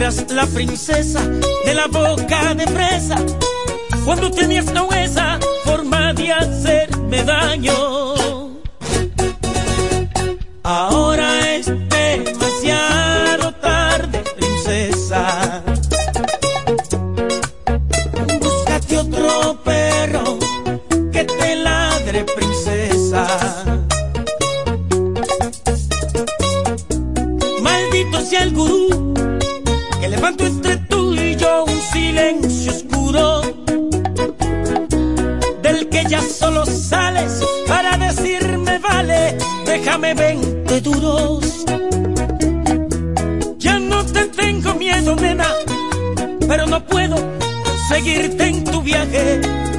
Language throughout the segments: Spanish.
eras la princesa de la boca de fresa, cuando tenías esa forma de hacerme daño. Ahora es demasiado tarde, princesa. Búscate otro perro que te ladre, princesa. Maldito sea el gurú que levantó entre tú y yo un silencio oscuro, del que ya solo sales para decirme vale, déjame 20 duros. Ya no te tengo miedo, nena, pero no puedo seguirte en tu viaje.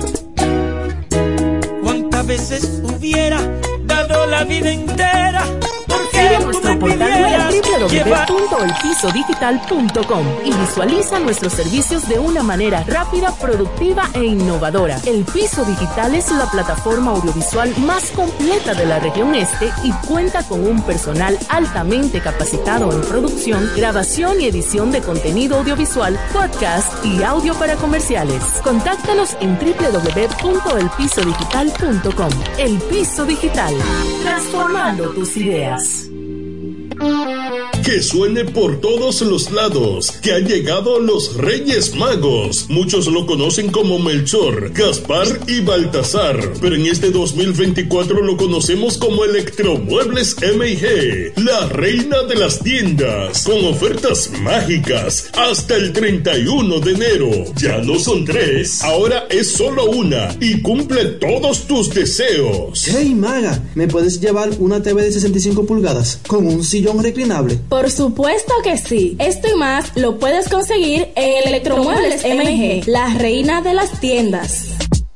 ¿Cuántas veces hubiera dado la vida entera? Sigue nuestro portal web www.elpisodigital.com y visualiza nuestros servicios de una manera rápida, productiva e innovadora. El Piso Digital es la plataforma audiovisual más completa de la región este y cuenta con un personal altamente capacitado en producción, grabación y edición de contenido audiovisual, podcast y audio para comerciales. Contáctanos en www.elpisodigital.com. El Piso Digital, transformando tus ideas. Que suene por todos los lados, que han llegado los Reyes Magos. Muchos lo conocen como Melchor, Gaspar y Baltasar, pero en este 2024 lo conocemos como Electromuebles M&G, la reina de las tiendas, con ofertas mágicas hasta el 31 de enero. Ya no son 3, ahora es solo una y cumple todos tus deseos. Hey Maga, ¿me puedes llevar una TV de 65 pulgadas con un sillón reclinable? Por supuesto que sí. Esto y más lo puedes conseguir en Electromuebles M&G, la reina de las tiendas.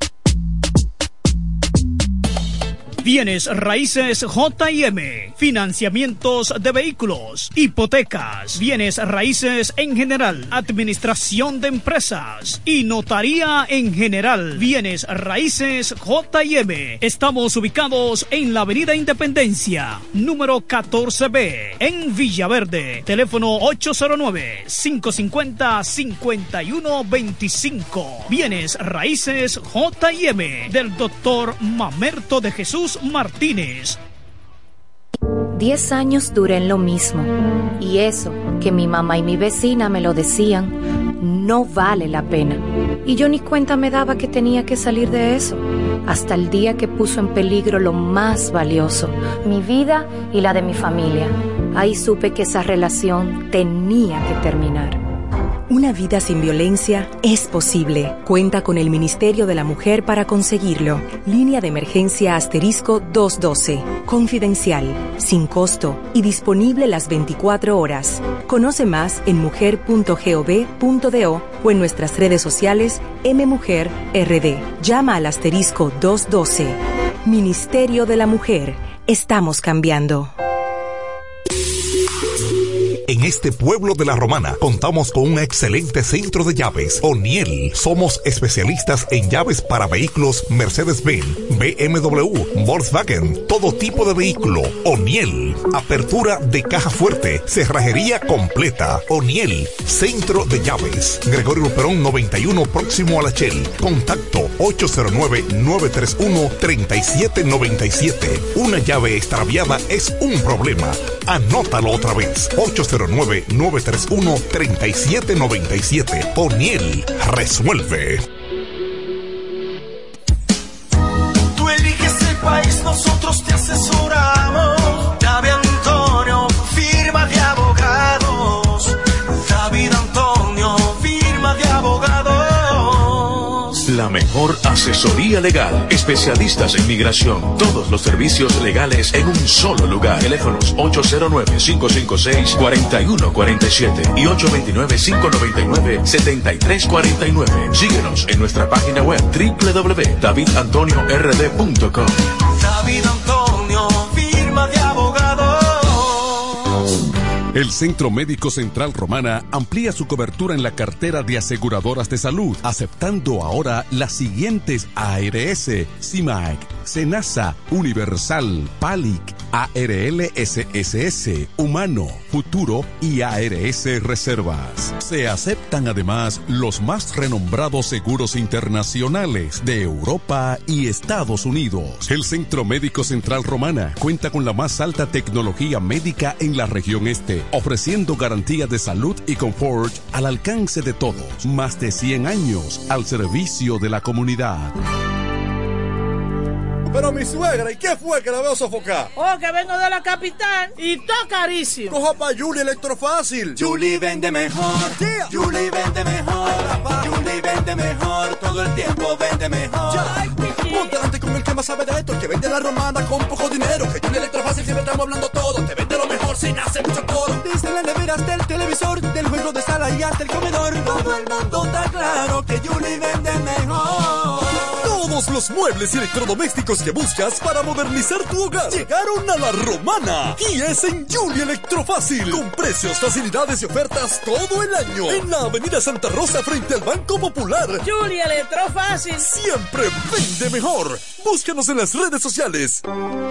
Bienes raíces J&M, financiamientos de vehículos, hipotecas, bienes raíces en general, administración de empresas y notaría en general. Bienes raíces J&M. Estamos ubicados en la Avenida Independencia, número 14B, en Villaverde. Teléfono 809-550-5125. Bienes raíces J&M del doctor Mamerto de Jesús Martínez. 10 años duré en lo mismo, y eso, que mi mamá y mi vecina me lo decían, no vale la pena. Y yo ni cuenta me daba que tenía que salir de eso, hasta el día que puso en peligro lo más valioso, mi vida y la de mi familia. Ahí supe que esa relación tenía que terminar. Una vida sin violencia es posible. Cuenta con el Ministerio de la Mujer para conseguirlo. Línea de emergencia *212. Confidencial, sin costo y disponible las 24 horas. Conoce más en mujer.gov.do o en nuestras redes sociales mmujerrd. Llama al *212. Ministerio de la Mujer. Estamos cambiando. En este pueblo de La Romana contamos con un excelente centro de llaves, O'Neill. Somos especialistas en llaves para vehículos Mercedes-Benz, BMW, Volkswagen, todo tipo de vehículo. O'Neill. Apertura de caja fuerte, cerrajería completa. O'Neill, centro de llaves. Gregorio Luperón 91, próximo a La Shell. Contacto 809-931-3797. Una llave extraviada es un problema. Anótalo otra vez. 809-931-3797. O'Neill resuelve. Tú eliges el país, nosotros te asesoramos. David Antonio, firma de abogados. David Antonio, firma de abogados. La mejor asesoría legal. Especialistas en migración. Todos los servicios legales en un solo lugar. Teléfonos 809-556-4147 y 829-599-7349. Síguenos en nuestra página web www.davidantoniord.com. David Antonio, firma de abogados. El Centro Médico Central Romana amplía su cobertura en la cartera de aseguradoras de salud, aceptando ahora las siguientes ARS, CIMAC, Senasa, Universal, PALIC, ARL SSS, Humano, Futuro y ARS Reservas. Se aceptan además los más renombrados seguros internacionales de Europa y Estados Unidos. El Centro Médico Central Romana cuenta con la más alta tecnología médica en la región este, ofreciendo garantía de salud y confort al alcance de todos. Más de 100 años al servicio de la comunidad. Pero mi suegra, ¿y qué fue que la veo sofocar? Oh, que vengo de la capital y todo carísimo. Coja pa' Julie Electrofácil. Julie vende mejor. Yeah. Julie vende mejor. Julie vende mejor. Todo el tiempo vende mejor. Ponte delante con el que más sabe de esto, el que vende la romana con poco dinero. Que Julie Electrofácil siempre estamos hablando todo. Te vende lo mejor sin hacer mucho coro. Desde las neveras del televisor, del juego de sala y hasta el comedor. Todo el mundo está claro que Julie vende mejor. Todos los muebles y electrodomésticos que buscas para modernizar tu hogar llegaron a la romana y es en Julie Electrofácil, con precios, facilidades y ofertas todo el año en la avenida Santa Rosa frente al Banco Popular. Julie Electrofácil siempre vende mejor. Búscanos en las redes sociales.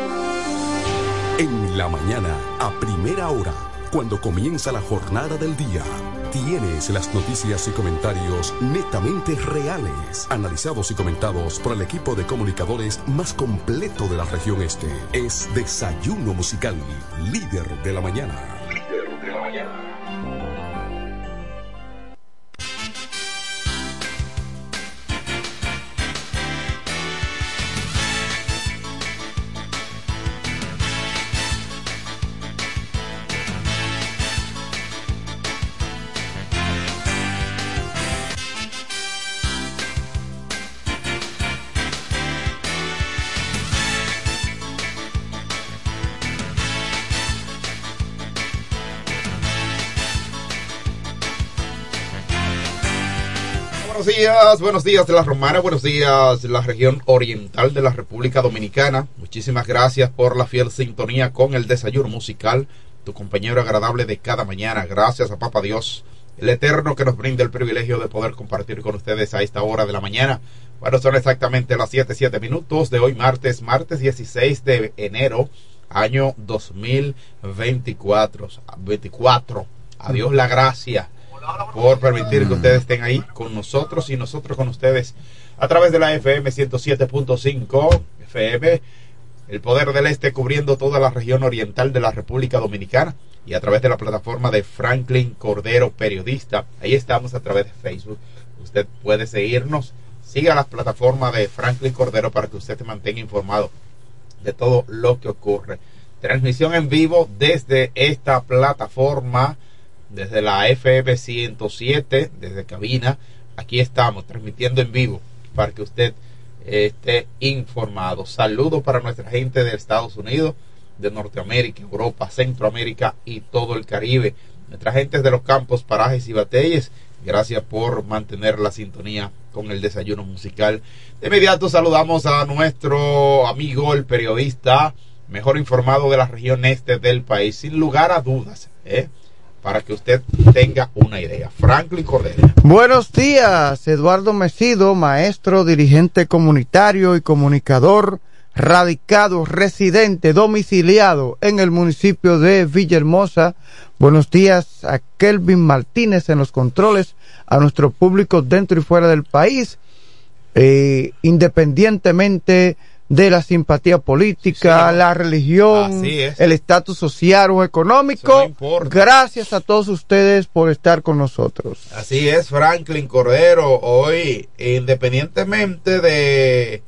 En la mañana, a primera hora, cuando comienza la jornada del día, tienes las noticias y comentarios netamente reales, analizados y comentados por el equipo de comunicadores más completo de la región este. Es Desayuno Musical, líder de la mañana. Líder de la mañana. Buenos días de la Romana, buenos días de la región oriental de la República Dominicana. Muchísimas gracias por la fiel sintonía con el Desayuno Musical, tu compañero agradable de cada mañana. Gracias a Papá Dios, el Eterno, que nos brinda el privilegio de poder compartir con ustedes a esta hora de la mañana. Bueno, son exactamente las 7:07 de hoy, martes 16 de enero, año 2024. Adiós la gracia por permitir que ustedes estén ahí con nosotros y nosotros con ustedes a través de la FM 107.5 FM, el Poder del Este, cubriendo toda la región oriental de la República Dominicana, y a través de la plataforma de Franklin Cordero Periodista. Ahí estamos a través de Facebook. Usted puede seguirnos, siga la plataforma de Franklin Cordero para que usted se mantenga informado de todo lo que ocurre. Transmisión en vivo desde esta plataforma, desde la FM 107, desde cabina. Aquí estamos transmitiendo en vivo para que usted esté informado. Saludos para nuestra gente de Estados Unidos, de Norteamérica, Europa, Centroamérica y todo el Caribe. Nuestra gente de los campos, parajes y batalles, gracias por mantener la sintonía con el Desayuno Musical. De inmediato saludamos a nuestro amigo, el periodista mejor informado de la región este del país, sin lugar a dudas, para que usted tenga una idea. Franklin Cordero. Buenos días, Eduardo Mesido, maestro, dirigente comunitario y comunicador, radicado, residente, domiciliado en el municipio de Villahermosa. Buenos días a Kelvin Martínez en los controles, a nuestro público dentro y fuera del país, independientemente de la simpatía política, la religión, el estatus social o económico. No, gracias a todos ustedes por estar con nosotros. Así es, Franklin Cordero. Hoy, independientemente de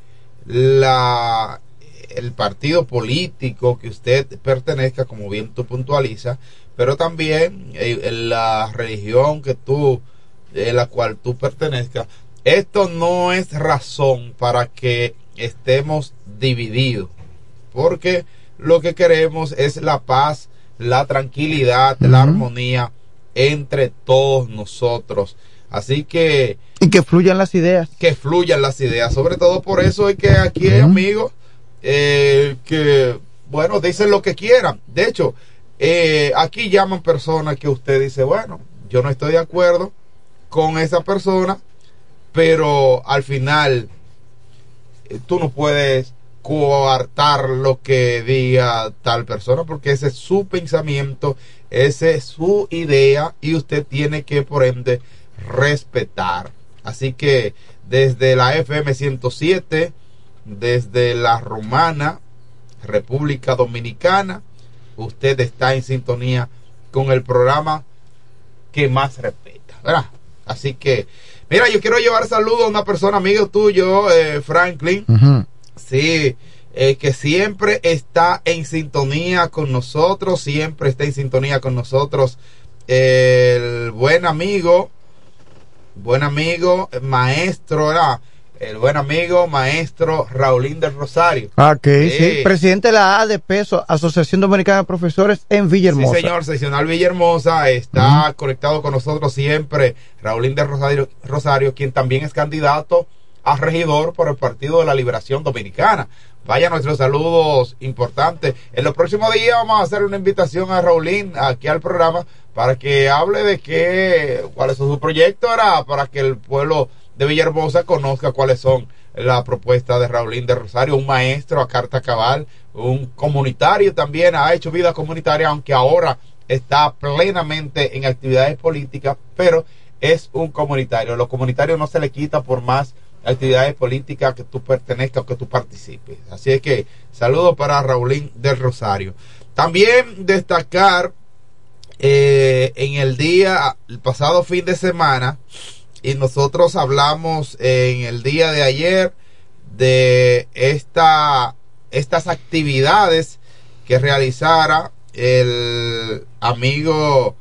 el partido político que usted pertenezca, como bien tú puntualizas, pero también la religión la cual tú pertenezcas, esto no es razón para que estemos divididos, porque lo que queremos es la paz, la tranquilidad, la armonía entre todos nosotros. Así que... Y que fluyan las ideas. Que fluyan las ideas. Sobre todo por eso es que aquí hay amigos que, bueno, dicen lo que quieran. De hecho, aquí llaman personas que usted dice, bueno, yo no estoy de acuerdo con esa persona, pero al final... tú no puedes coartar lo que diga tal persona, porque ese es su pensamiento, esa es su idea y usted tiene que por ende respetar. Así que desde la FM 107, desde la Romana, República Dominicana, usted está en sintonía con el programa que más respeta, ¿verdad? Así que, mira, yo quiero llevar saludos a una persona amigo tuyo, Franklin, sí, que siempre está en sintonía con nosotros, el buen amigo, maestro, ¿verdad? El buen amigo maestro Raulín del Rosario. Ok, sí. Presidente de la ADP, Asociación Dominicana de Profesores en Villahermosa. Sí, señor, seccional Villahermosa, está conectado con nosotros siempre. Raulín del Rosario, quien también es candidato a regidor por el Partido de la Liberación Dominicana. Vaya nuestros saludos importantes. En los próximos días vamos a hacer una invitación a Raulín aquí al programa para que hable de cuáles son sus proyectos, para que el pueblo de Villahermosa conozca cuáles son las propuestas de Raulín de Rosario, un maestro a carta cabal, un comunitario también, ha hecho vida comunitaria, aunque ahora está plenamente en actividades políticas, pero es un comunitario. Lo comunitario no se le quita por más actividades políticas que tú pertenezcas o que tú participes. Así es que saludos para Raulín del Rosario. También destacar en el pasado fin de semana, y nosotros hablamos en el día de ayer de estas actividades que realizara el amigo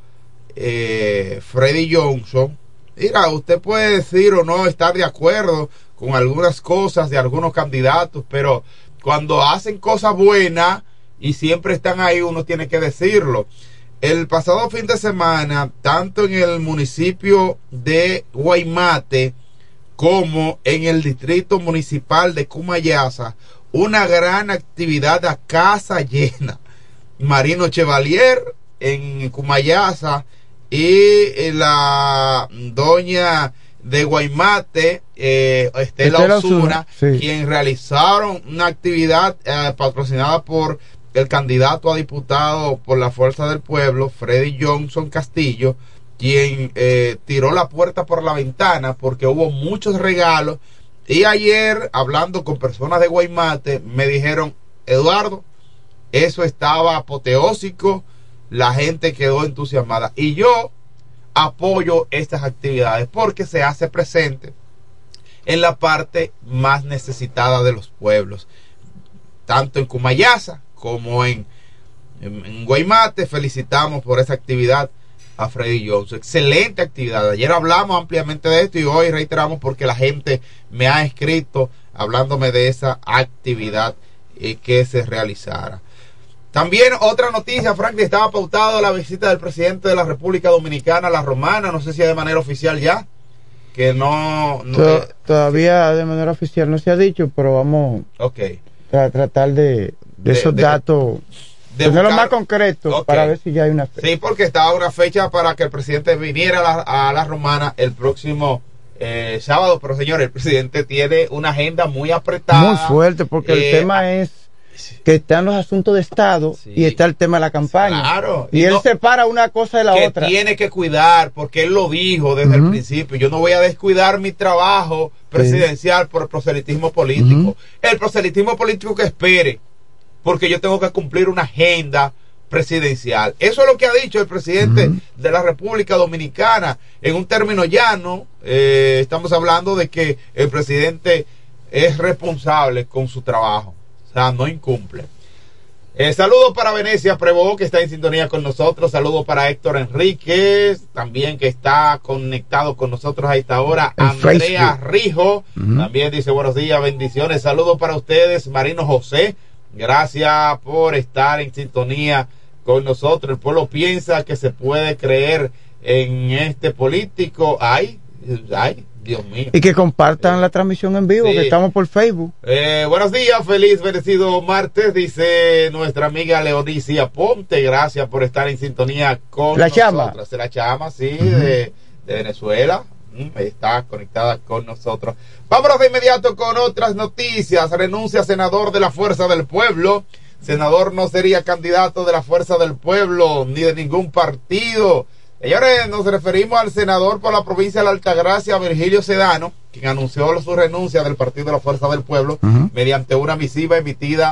Freddy Johnson. Mira, usted puede decir o no estar de acuerdo con algunas cosas de algunos candidatos, pero cuando hacen cosas buenas y siempre están ahí, uno tiene que decirlo. El pasado fin de semana, tanto en el municipio de Guaymate como en el distrito municipal de Cumayasa, una gran actividad a casa llena. Marino Chevalier en Cumayasa y la doña de Guaymate, Estela Osuna, sí, quien realizaron una actividad patrocinada por el candidato a diputado por la Fuerza del Pueblo, Freddy Johnson Castillo, quien tiró la puerta por la ventana porque hubo muchos regalos. Y ayer, hablando con personas de Guaymate, me dijeron: Eduardo, eso estaba apoteósico, la gente quedó entusiasmada. Y yo apoyo estas actividades porque se hace presente en la parte más necesitada de los pueblos, tanto en Cumayasa como en Guaymate. Felicitamos por esa actividad a Freddy Johnson. Excelente actividad. Ayer hablamos ampliamente de esto y hoy reiteramos porque la gente me ha escrito hablándome de esa actividad que se realizara. También otra noticia, Franklin, estaba pautado la visita del presidente de la República Dominicana a la Romana, no sé si de manera oficial ya, que todavía de manera oficial no se ha dicho, pero vamos a tratar de esos datos, de tenerlo más concreto, para ver si ya hay una fecha. Sí, porque estaba una fecha para que el presidente viniera a la Romana el próximo sábado, pero señor, el presidente tiene una agenda muy apretada, muy fuerte, porque el tema es que están los asuntos de Estado, sí, y está el tema de la campaña. Claro. Y él separa una cosa de la otra. Tiene que cuidar, porque él lo dijo desde el principio: yo no voy a descuidar mi trabajo presidencial por el proselitismo político. El proselitismo político que espere, porque yo tengo que cumplir una agenda presidencial. Eso es lo que ha dicho el presidente de la República Dominicana. En un término llano, estamos hablando de que el presidente es responsable con su trabajo. O sea, no incumple. Saludos para Venecia Prevó, que está en sintonía con nosotros. Saludos para Héctor Enríquez, también que está conectado con nosotros a esta hora. Andrea Rijo, también dice buenos días, bendiciones. Saludos para ustedes. Marino José, gracias por estar en sintonía con nosotros. El pueblo piensa que se puede creer en este político. Ay, Dios mío. Y que compartan la transmisión en vivo, que estamos por Facebook. Buenos días, feliz, bendecido martes, dice nuestra amiga Leonicia Ponte. Gracias por estar en sintonía con nosotros. Chama. La Chama, sí, de Venezuela. Está conectada con nosotros. Vámonos de inmediato con otras noticias. Renuncia senador de la Fuerza del Pueblo. Senador no sería candidato de la Fuerza del Pueblo ni de ningún partido. Señores, nos referimos al senador por la provincia de la Altagracia, Virgilio Sedano, quien anunció su renuncia del partido de la Fuerza del Pueblo mediante una misiva emitida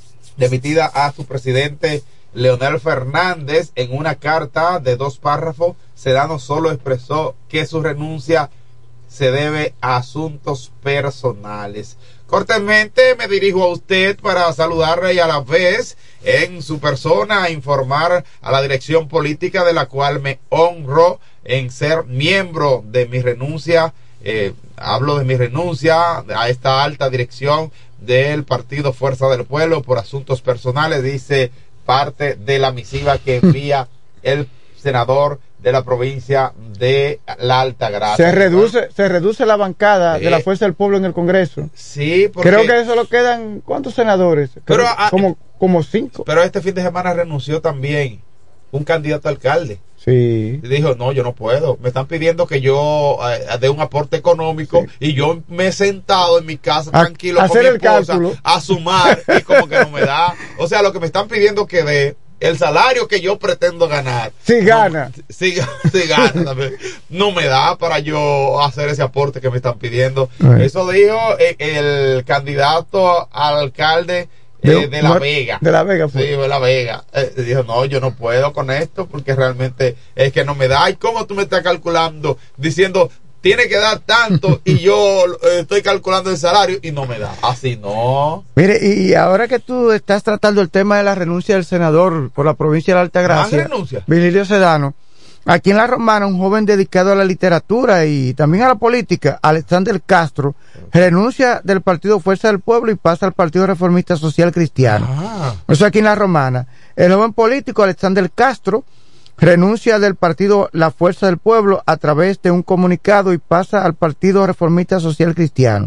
a su presidente Leonel Fernández. En una carta de 2 párrafos, Sedano solo expresó que su renuncia se debe a asuntos personales. Cortésmente me dirijo a usted para saludarle y a la vez en su persona informar a la dirección política de la cual me honro en ser miembro de mi renuncia. Hablo de mi renuncia a esta alta dirección del partido Fuerza del Pueblo por asuntos personales, dice parte de la misiva que envía el senador de la provincia de la Altagracia. Se reduce la bancada de la Fuerza del Pueblo en el Congreso. Sí, porque creo que solo quedan ¿cuántos senadores? Pero, como 5. Pero este fin de semana renunció también un candidato a alcalde. Sí. Y dijo, no, yo no puedo. Me están pidiendo que yo dé un aporte económico, y yo me he sentado en mi casa tranquilo con mi esposa a sumar y como que no me da. O sea, lo que me están pidiendo que dé el salario que yo pretendo ganar. Si gana. Si gana también. No me da para yo hacer ese aporte que me están pidiendo. Eso dijo el candidato al alcalde de La Vega. De La Vega, pues. Sí, de La Vega. Dijo, no, yo no puedo con esto porque realmente es que no me da. ¿Y cómo tú me estás calculando? Diciendo, tiene que dar tanto y yo estoy calculando el salario y no me da. Así no. Mire, y ahora que tú estás tratando el tema de la renuncia del senador por la provincia de la Altagracia, Virgilio Sedano, aquí en La Romana, un joven dedicado a la literatura y también a la política, Alexander Castro, renuncia del partido Fuerza del Pueblo y pasa al Partido Reformista Social Cristiano. Eso aquí en La Romana. El joven político Alexander Castro renuncia del partido La Fuerza del Pueblo a través de un comunicado y pasa al Partido Reformista Social Cristiano.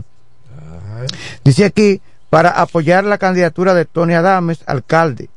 Dice aquí, para apoyar la candidatura de Tony Adames, alcalde.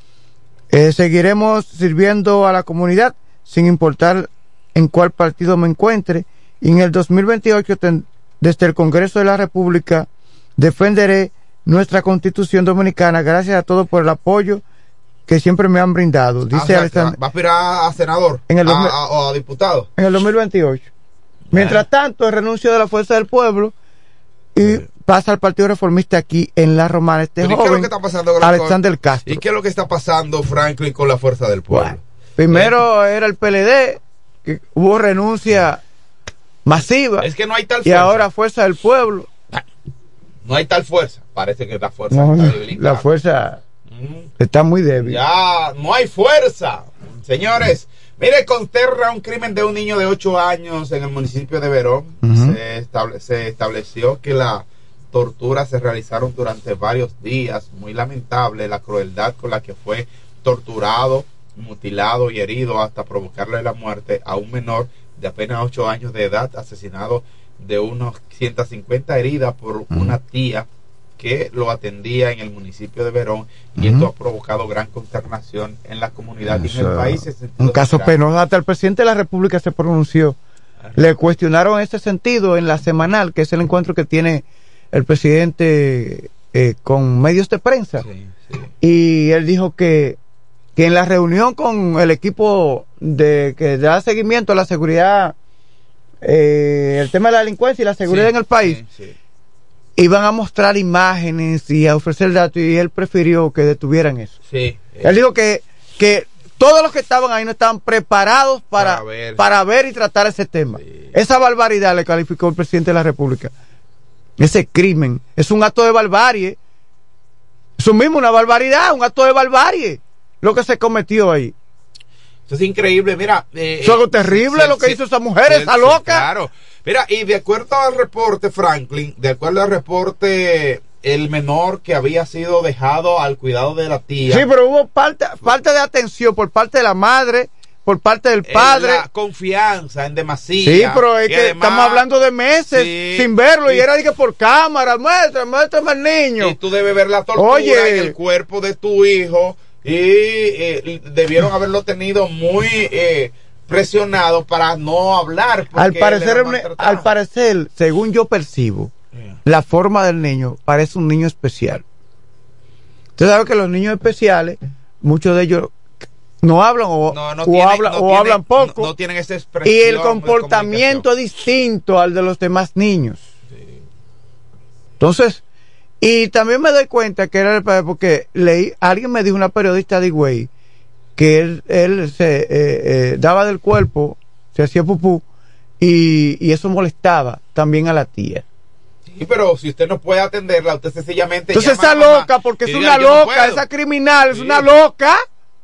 Seguiremos sirviendo a la comunidad sin importar en cuál partido me encuentre, y en el 2028 desde el Congreso de la República defenderé nuestra Constitución Dominicana. Gracias a todos por el apoyo que siempre me han brindado. Dice Alexander. ¿Va a aspirar a senador o a diputado? En el 2028. Mientras tanto, el renuncio de la Fuerza del Pueblo y pasa al Partido Reformista aquí en La Romana. Este joven, ¿qué es lo que está pasando con Alexander Castro? ¿Y qué es lo que está pasando, Franklin, con la Fuerza del Pueblo? Bueno, primero era el PLD, que hubo renuncia masiva. Es que no hay tal fuerza. Y ahora Fuerza del Pueblo. No hay tal fuerza. Parece que la fuerza está debilitada. La fuerza está muy débil. Ya, no hay fuerza. Señores, mire, consterna un crimen de un niño de 8 años en el municipio de Verón. Se estableció que la tortura se realizaron durante varios días. Muy lamentable la crueldad con la que fue torturado, mutilado y herido hasta provocarle la muerte a un menor de apenas 8 años de edad, asesinado de unos 150 heridas por una tía que lo atendía en el municipio de Verón, y esto ha provocado gran consternación en la comunidad y en el país. Un caso penoso. Hasta el presidente de la República se pronunció. Le cuestionaron ese sentido en la semanal, que es el encuentro que tiene el presidente con medios de prensa. Y él dijo que en la reunión con el equipo que da seguimiento a la seguridad, el tema de la delincuencia y la seguridad en el país, iban a mostrar imágenes y a ofrecer datos, y él prefirió que detuvieran eso. Él dijo que todos los que estaban ahí no estaban preparados para ver y tratar ese tema. Esa barbaridad le calificó el presidente de la República. Ese crimen es un acto de barbarie. Eso mismo, una barbaridad, un acto de barbarie, lo que se cometió ahí. Eso es increíble, mira. Es algo terrible lo que hizo esa mujer, esa loca. Claro. Mira, y de acuerdo al reporte, Franklin, de acuerdo al reporte, el menor que había sido dejado al cuidado de la tía. Sí, pero hubo falta de atención por parte de la madre, por parte del padre. La confianza en demasía. Sí, pero es que además, estamos hablando de meses sin verlo, y era de que por cámara, muéstrame al niño. Y tú debes ver la tortura en el cuerpo de tu hijo, y debieron haberlo tenido muy presionado para no hablar. Al parecer, según yo percibo, la forma del niño parece un niño especial. Usted sabe que los niños especiales, muchos de ellos no hablan hablan poco. No tienen esa expresión. Y el comportamiento es distinto al de los demás niños. Sí. Entonces, y también me doy cuenta que era porque alguien me dijo, una periodista de Higüey, que él se daba del cuerpo, se hacía pupú, y eso molestaba también a la tía. Sí, pero si usted no puede atenderla, usted sencillamente... Entonces está loca, porque es una loca, esa criminal es una loca.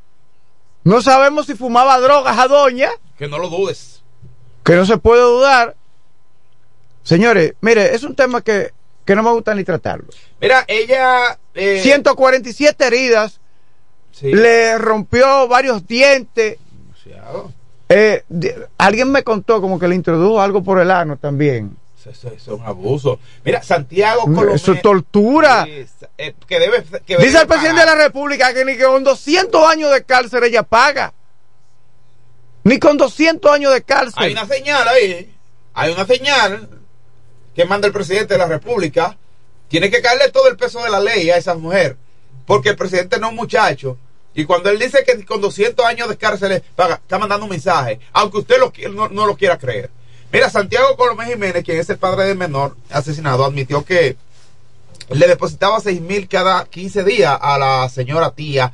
No sabemos si fumaba drogas a doña. Que no lo dudes. Que no se puede dudar. Señores, mire, es un tema que no me gusta ni tratarlo. Mira, ella... 147 heridas. Sí. Le rompió varios dientes. Demasiado. Alguien me contó como que le introdujo algo por el ano también. Eso es un abuso. Mira, Santiago Colomé, eso es tortura. Dice el presidente de la República que ni con 200 años de cárcel ella paga. Ni con 200 años de cárcel. Hay una señal ahí. Hay una señal que manda el presidente de la República. Tiene que caerle todo el peso de la ley a esa mujer. Porque el presidente no es un muchacho. Y cuando él dice que con 200 años de cárcel paga, está mandando un mensaje. Aunque usted no lo quiera creer. Mira, Santiago Colomé Jiménez, quien es el padre del menor asesinado, admitió que le depositaba 6,000 cada 15 días a la señora tía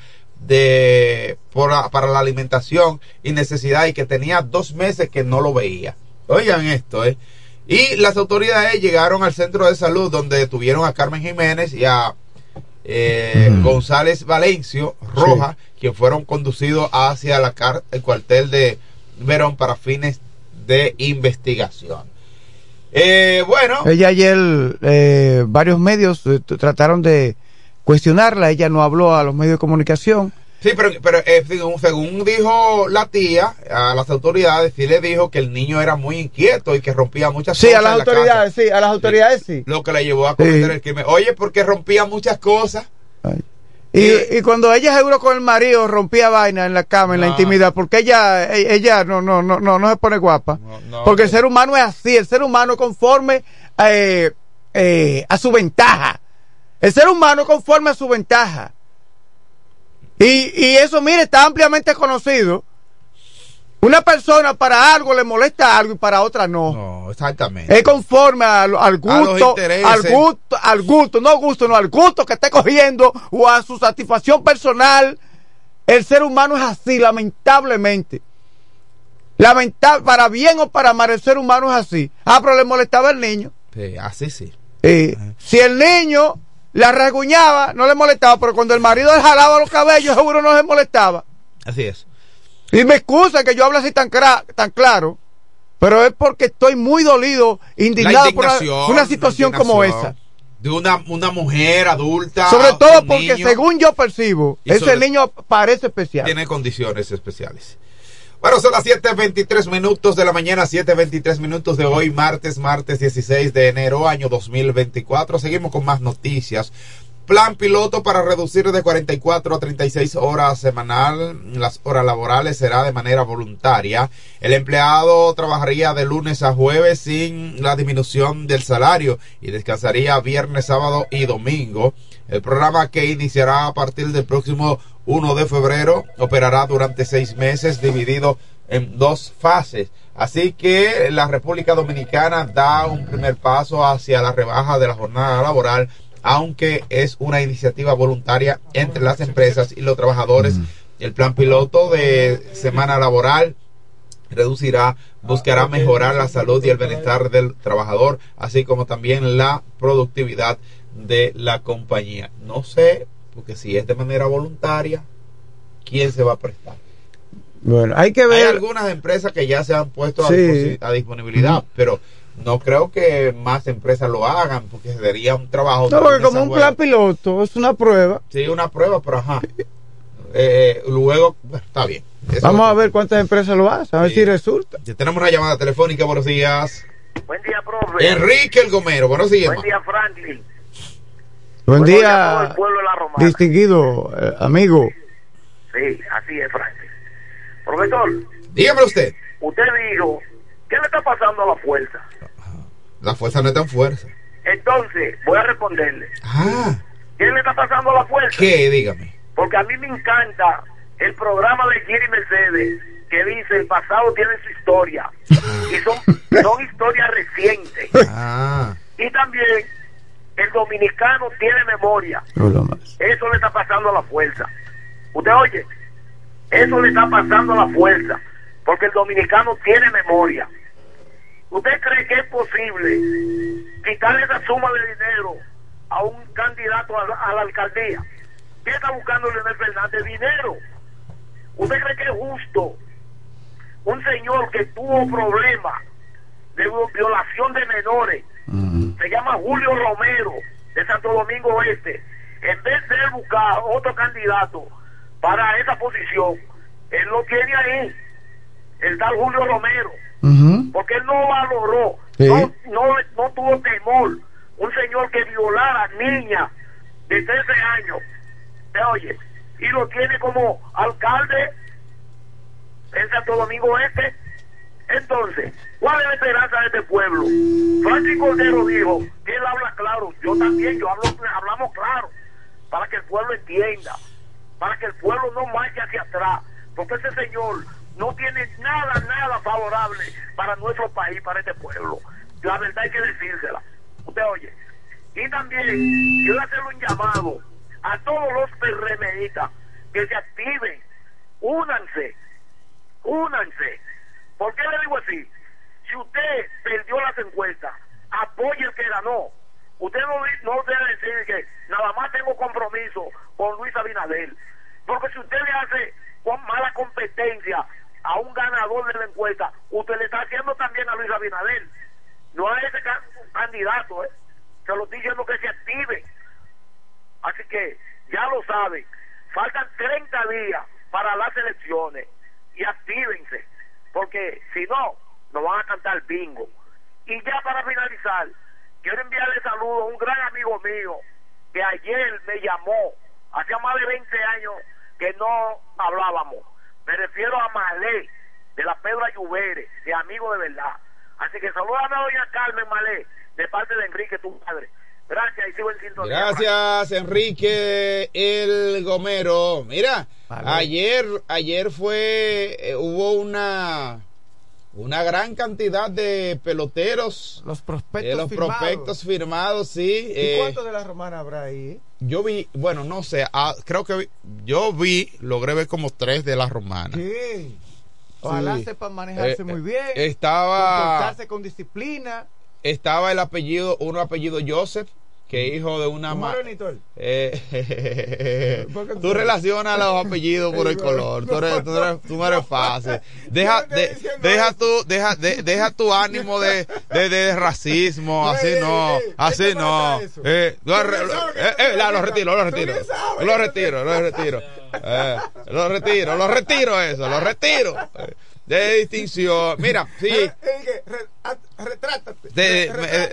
para la alimentación y necesidad, y que tenía 2 meses que no lo veía. Oigan esto, Y las autoridades llegaron al centro de salud donde detuvieron a Carmen Jiménez y a González Valencio Roja, quien fueron conducidos hacia el cuartel de Verón para fines de investigación. Bueno, ella ayer varios medios trataron de cuestionarla. Ella no habló a los medios de comunicación. Sí, pero según dijo la tía a las autoridades, sí le dijo que el niño era muy inquieto y que rompía muchas cosas. Sí, a las autoridades, sí. Lo que le llevó a cometer el crimen. Oye, porque rompía muchas cosas. Ay. Y cuando ella seguro con el marido rompía vaina en la cama, en la intimidad, porque ella no se pone guapa. Porque el ser humano es así, el ser humano conforme a su ventaja. El ser humano conforme a su ventaja. Y eso, mire, está ampliamente conocido. Una persona para algo le molesta algo y para otra no. No, exactamente. Es conforme al gusto, al gusto que esté cogiendo o a su satisfacción personal. El ser humano es así, lamentablemente. Para bien o para mal, el ser humano es así. Pero le molestaba al niño. Sí, así sí. Si el niño la rasguñaba, no le molestaba, pero cuando el marido le jalaba los cabellos, seguro no se molestaba. Así es. Y me excusa que yo hable así tan claro, pero es porque estoy muy dolido, indignado por una situación como esa. De una mujer adulta. Sobre todo porque según yo percibo, ese niño parece especial. Tiene condiciones especiales. Bueno, son las 7:23 de la mañana, 7:23 de hoy, martes 16 de enero, año 2024. Seguimos con más noticias. Plan piloto para reducir de 44 a 36 horas semanal. Las horas laborales será de manera voluntaria. El empleado trabajaría de lunes a jueves sin la disminución del salario y descansaría viernes, sábado y domingo. El programa, que iniciará a partir del próximo 1 de febrero, operará durante 6 meses, dividido en 2 fases. Así que la República Dominicana da un primer paso hacia la rebaja de la jornada laboral, aunque es una iniciativa voluntaria entre las empresas y los trabajadores. El plan piloto de semana laboral buscará mejorar la salud y el bienestar del trabajador, así como también la productividad de la compañía. No sé, porque si es de manera voluntaria, ¿quién se va a prestar? Bueno, hay que ver. Hay algunas empresas que ya se han puesto a disponibilidad, pero no creo que más empresas lo hagan, porque sería un trabajo. No, porque como un plan piloto, es una prueba. Sí, una prueba, pero ajá. Luego, bueno, está bien. Vamos a ver cuántas empresas lo hacen, a ver si resulta. Ya tenemos una llamada telefónica, buenos días. Buen día, profe. Enrique El Gomero, buenos días. Buen día, Franklin. Buen día, distinguido amigo. Sí, así es, Franklin. Profesor, Dígame usted. Usted dijo, ¿qué le está pasando a la fuerza? La fuerza no está en fuerza. Entonces, voy a responderle. ¿Qué le está pasando a la fuerza? ¿Qué? Dígame. Porque a mí me encanta el programa de Giri Mercedes, que dice, el pasado tiene su historia. Y son historias recientes. Y también, el dominicano tiene memoria. Eso le está pasando a la fuerza. ¿Usted oye? Eso le está pasando a la fuerza. Porque el dominicano tiene memoria. ¿Usted cree que es posible quitarle esa suma de dinero a un candidato a la alcaldía? ¿Qué está buscando Leonel Fernández? Dinero. ¿Usted cree que es justo un señor que tuvo problemas de violación de menores, se llama Julio Romero, de Santo Domingo Oeste, en vez de él buscar otro candidato para esa posición, él lo tiene ahí, el tal Julio Romero, porque él no valoró, no tuvo temor, un señor que violara niñas de 13 años, ¿te oye? Y lo tiene como alcalde en Santo Domingo Oeste. Entonces, ¿cuál es la esperanza de este pueblo? Francis Cordero dijo que él habla claro, yo también, hablamos claro, para que el pueblo entienda, para que el pueblo no marche hacia atrás, porque ese señor no tiene nada favorable para nuestro país, para este pueblo. La verdad hay que decírsela. Usted oye. Y también quiero hacerle un llamado a todos los PRMistas que se activen, únanse. ¿Por qué le digo así? Si usted perdió las encuestas, apoye el que ganó. Usted no debe decir que nada más tengo compromiso con Luis Abinader, porque si usted le hace con mala competencia a un ganador de la encuesta, usted le está haciendo también a Luis Abinader, no a ese candidato, se lo estoy diciendo que se active. Así que ya lo saben, faltan 30 días para las elecciones y actívense, porque si no, nos van a cantar bingo. Y ya para finalizar, quiero enviarle saludos a un gran amigo mío que ayer me llamó, hacía más de 20 años que no hablábamos. Me refiero a Malé, de la Pedro Ayubere, de amigo de verdad. Así que saludame a doña Carmen Malé, de parte de Enrique, tu padre. Gracias, y sigo en sintonía. Gracias, Enrique el Gomero. Mira, ayer hubo una gran cantidad de peloteros. Los prospectos firmados, sí. ¿Y cuántos de la Romana habrá ahí? Yo vi, bueno, no sé, creo que logré ver como 3 de la Romana. Sí. Ojalá sepan manejarse muy bien. Comportarse con disciplina. Estaba uno apellido Joseph, que hijo de una tú relacionas los apellidos por el color. Tú no eres fácil. Deja tu ánimo de racismo. Así no. Lo retiro. De distinción. Mira, sí. Retrátate.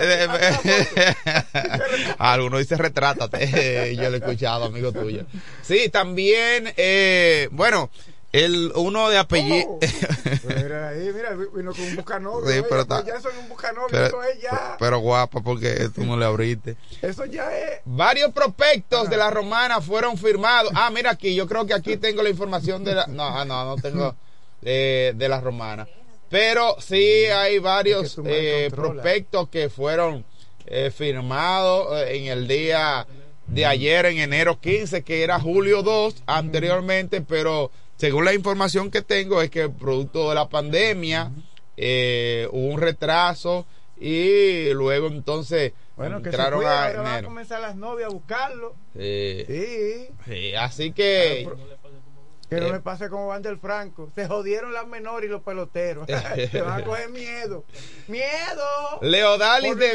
Alguno dice retrátate. Yo lo he escuchado, amigo tuyo. Sí, también, bueno, uno de apellido. Mira, vino con un buscanovio. Sí, pero ya soy un buscanovio. Pero guapa, porque tú no le abriste. Eso ya es. Varios prospectos de la Romana fueron firmados. Mira aquí, yo creo que aquí tengo la información de la. No tengo. De la Romana, pero sí hay varios prospectos que fueron firmados en el día de ayer, en enero 15, que era julio 2 anteriormente, pero según la información que tengo es que producto de la pandemia hubo un retraso y luego entonces entraron a enero. Van a comenzar las novias a buscarlo. Sí, así que que no me pase como Wander Franco. Se jodieron las menores y los peloteros. Se van a coger miedo. Leodalis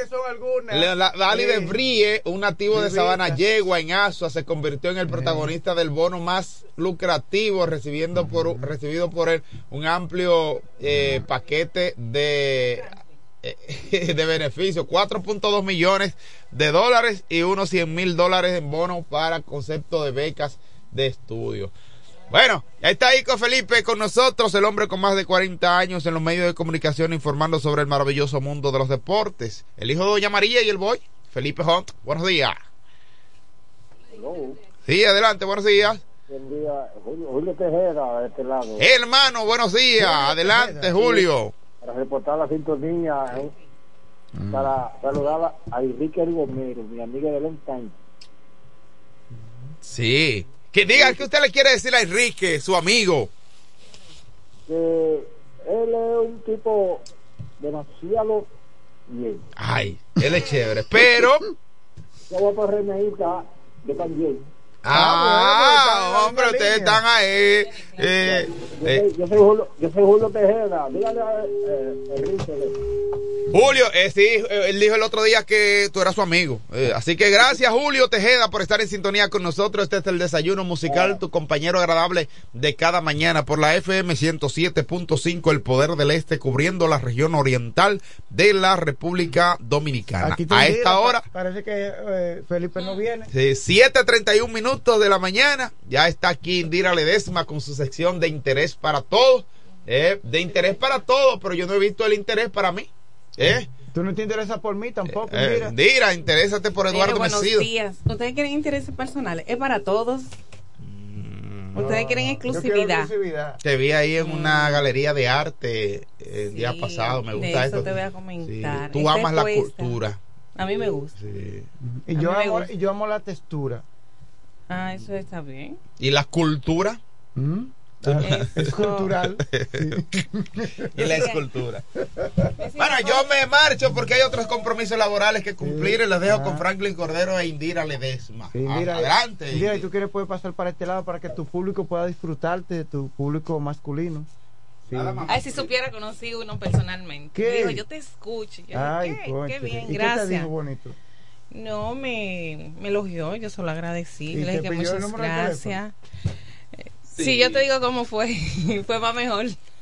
de Brie, un nativo de Sabana Yegua en Asua, se convirtió en el protagonista del bono más lucrativo, recibido por él un amplio paquete de beneficios, $4.2 millones y unos $100,000 en bonos para concepto de becas de estudio. Bueno, ya está Ico Felipe con nosotros, el hombre con más de 40 años en los medios de comunicación informando sobre el maravilloso mundo de los deportes. El hijo de Doña María y el boy, Felipe Hunt. Buenos días. Hello. Sí, adelante, buenos días. Buen día, Julio Tejeda, de este lado. Hermano, buenos días. Adelante, Julio. Para reportar la sintonía, para saludar a Enrique Romero, mi amiga de long time. Sí. Que diga que usted le quiere decir a Enrique, su amigo. Que él es un tipo demasiado bien. Ay, él es chévere, pero... Yo voy a poner Remeita, yo también. Hombre, ustedes están ahí. Yo soy Julio Tejeda. Dígale a Enrique. Julio, sí, él dijo el otro día que tú eras su amigo. Así que gracias, Julio Tejeda, por estar en sintonía con nosotros. Este es el Desayuno Musical, tu compañero agradable de cada mañana por la FM 107.5, El Poder del Este, cubriendo la región oriental de la República Dominicana. A esta hora... Parece que Felipe no viene. Sí, 7:31 minutos de la mañana. Ya está aquí Indira Ledesma con su sección de interés para todos. De interés para todos, pero yo no he visto el interés para mí. Tú no te interesas por mí tampoco, Indira, interésate por Eduardo buenos Mesido. Días. ¿Ustedes quieren intereses personales? Es para todos. Ustedes quieren exclusividad. Te vi ahí en una galería de arte el día pasado. Me gusta eso. Te voy a comentar. Sí. Tú amas la cultura. A mí me gusta. Sí. Y yo amo la textura. Eso está bien. ¿Y la cultura? Es cultural. Y la escultura. Bueno, yo me marcho porque hay otros compromisos laborales que cumplir. Y los dejo con Franklin Cordero e Indira Ledesma. Adelante. Indira, y tú quieres puedes pasar para este lado para que tu público pueda disfrutarte, de tu público masculino. Sí. Ay, si supiera, conocí uno personalmente. ¿Qué? Dijo, yo te escucho. Yo qué bien, ¿Y gracias. qué te dijo bonito? No, me elogió, yo solo agradecí. Le dije que muchas gracias. Sí, yo te digo cómo fue. Fue más mejor.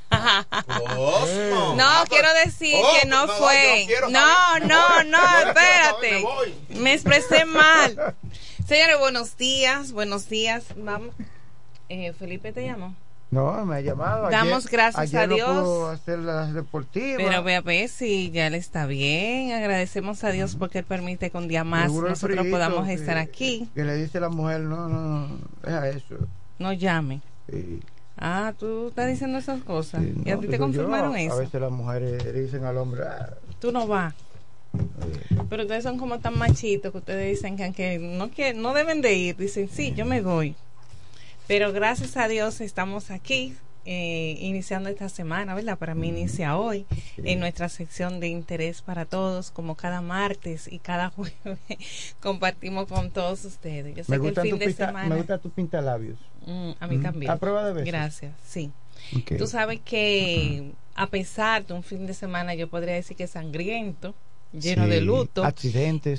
No, quiero decir que no fue. No, espérate. Me expresé mal. Señores, buenos días. Vamos. Felipe te llamó. No, me ha llamado. Damos gracias a Dios. No pudo hacer las deportivas. Pero voy a ver si ya le está bien. Agradecemos a Dios porque Él permite que un día más nosotros podamos estar aquí. Que le dice la mujer, no, deja eso. No llame. Sí. Tú estás diciendo esas cosas. Sí, ¿Y a ti te confirmaron eso? A veces las mujeres le dicen al hombre, tú no vas. Pero ustedes son como tan machitos que ustedes dicen que aunque no deben de ir, dicen, sí, yo me voy. Pero gracias a Dios estamos aquí iniciando esta semana, ¿verdad? Para mí inicia hoy en nuestra sección de interés para todos, como cada martes y cada jueves compartimos con todos ustedes. Yo sé que el fin de semana... Me gusta tu pintalabios. A mí también. ¿A prueba de besos? Gracias, sí. Okay. Tú sabes que a pesar de un fin de semana, yo podría decir que sangriento, lleno de luto, accidentes,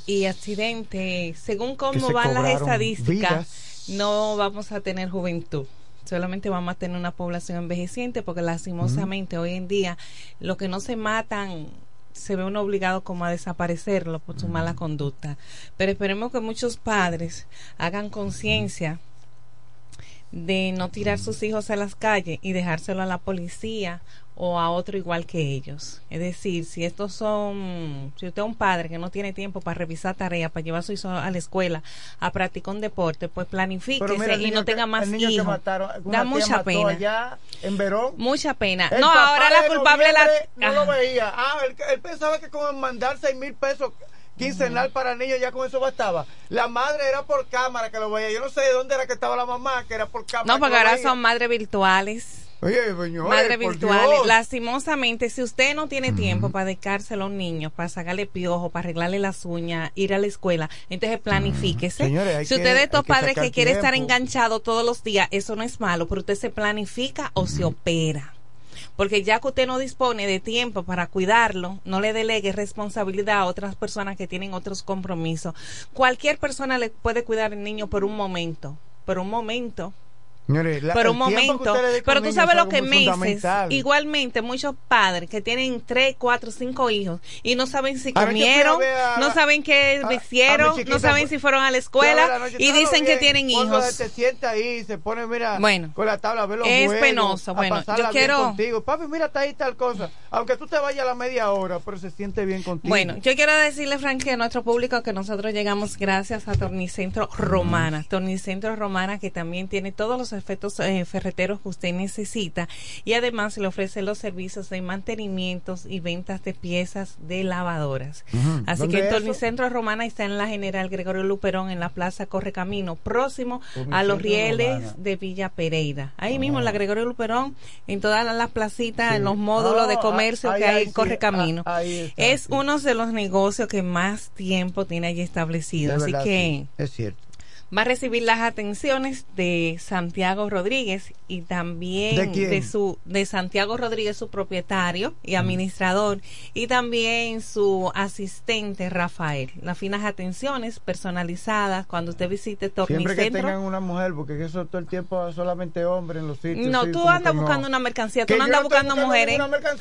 según cómo van las estadísticas, no vamos a tener juventud. Solamente vamos a tener una población envejeciente porque lastimosamente hoy en día lo que no se matan se ve uno obligado como a desaparecerlo por su mala conducta. Pero esperemos que muchos padres hagan conciencia de no tirar sus hijos a las calles y dejárselo a la policía o a otro igual que ellos. Es decir, si usted es un padre que no tiene tiempo para revisar tareas, para llevar a su hijo a la escuela a practicar un deporte, pues planifíquese y no tenga más hijos. Da mucha pena. Allá en Verón. Mucha pena. No, ahora la culpable no lo veía. Él pensaba que con mandar 6,000 pesos quincenal para niños, ya con eso bastaba. La madre era por cámara que lo veía. Yo no sé de dónde era que estaba la mamá, que era por cámara. No, porque ahora son madres virtuales. Oye, señores, madres virtuales. Lastimosamente, si usted no tiene tiempo para dedicarse a los niños, para sacarle piojo, para arreglarle las uñas, ir a la escuela, entonces planifíquese. Señores, si usted es de estos padres que quiere estar enganchado todos los días, eso no es malo, pero usted se planifica o se opera. Porque ya que usted no dispone de tiempo para cuidarlo, no le delegue responsabilidad a otras personas que tienen otros compromisos. Cualquier persona le puede cuidar al niño por un momento, Señores, por un momento, pero tú sabes lo que meses, igualmente muchos padres que tienen 3, 4, 5 hijos y no saben si comieron, no saben qué hicieron, no saben si fueron a la escuela y dicen que tienen hijos. Se sienta ahí, se pone, mira, bueno, con la tabla, ve los es juegos, penoso. Bueno, yo quiero contigo. Papi, mira, está ahí tal cosa, aunque tú te vayas a la media hora, pero se siente bien contigo. Bueno, yo quiero decirle, Frank, a nuestro público que nosotros llegamos gracias a Tornicentro Romana. Tornicentro Romana, que también tiene todos los efectos ferreteros que usted necesita y además le ofrece los servicios de mantenimientos y ventas de piezas de lavadoras. Así que el Tornicentro Romana está en la General Gregorio Luperón, en la Plaza Correcamino, próximo a los rieles de Villa Pereira. Ahí mismo en la Gregorio Luperón, en todas las placitas, en los módulos de comercio que hay en Correcamino. Es uno de los negocios que más tiempo tiene allí establecido. Así que es cierto. Va a recibir las atenciones de Santiago Rodríguez y también de Santiago Rodríguez, su propietario y administrador, y también su asistente Rafael. Las finas atenciones personalizadas cuando usted visite Tornicentro. Siempre que tengan una mujer, porque eso todo el tiempo solamente hombres en los sitios. No, tú andas buscando una mercancía, tú no andas buscando mujeres.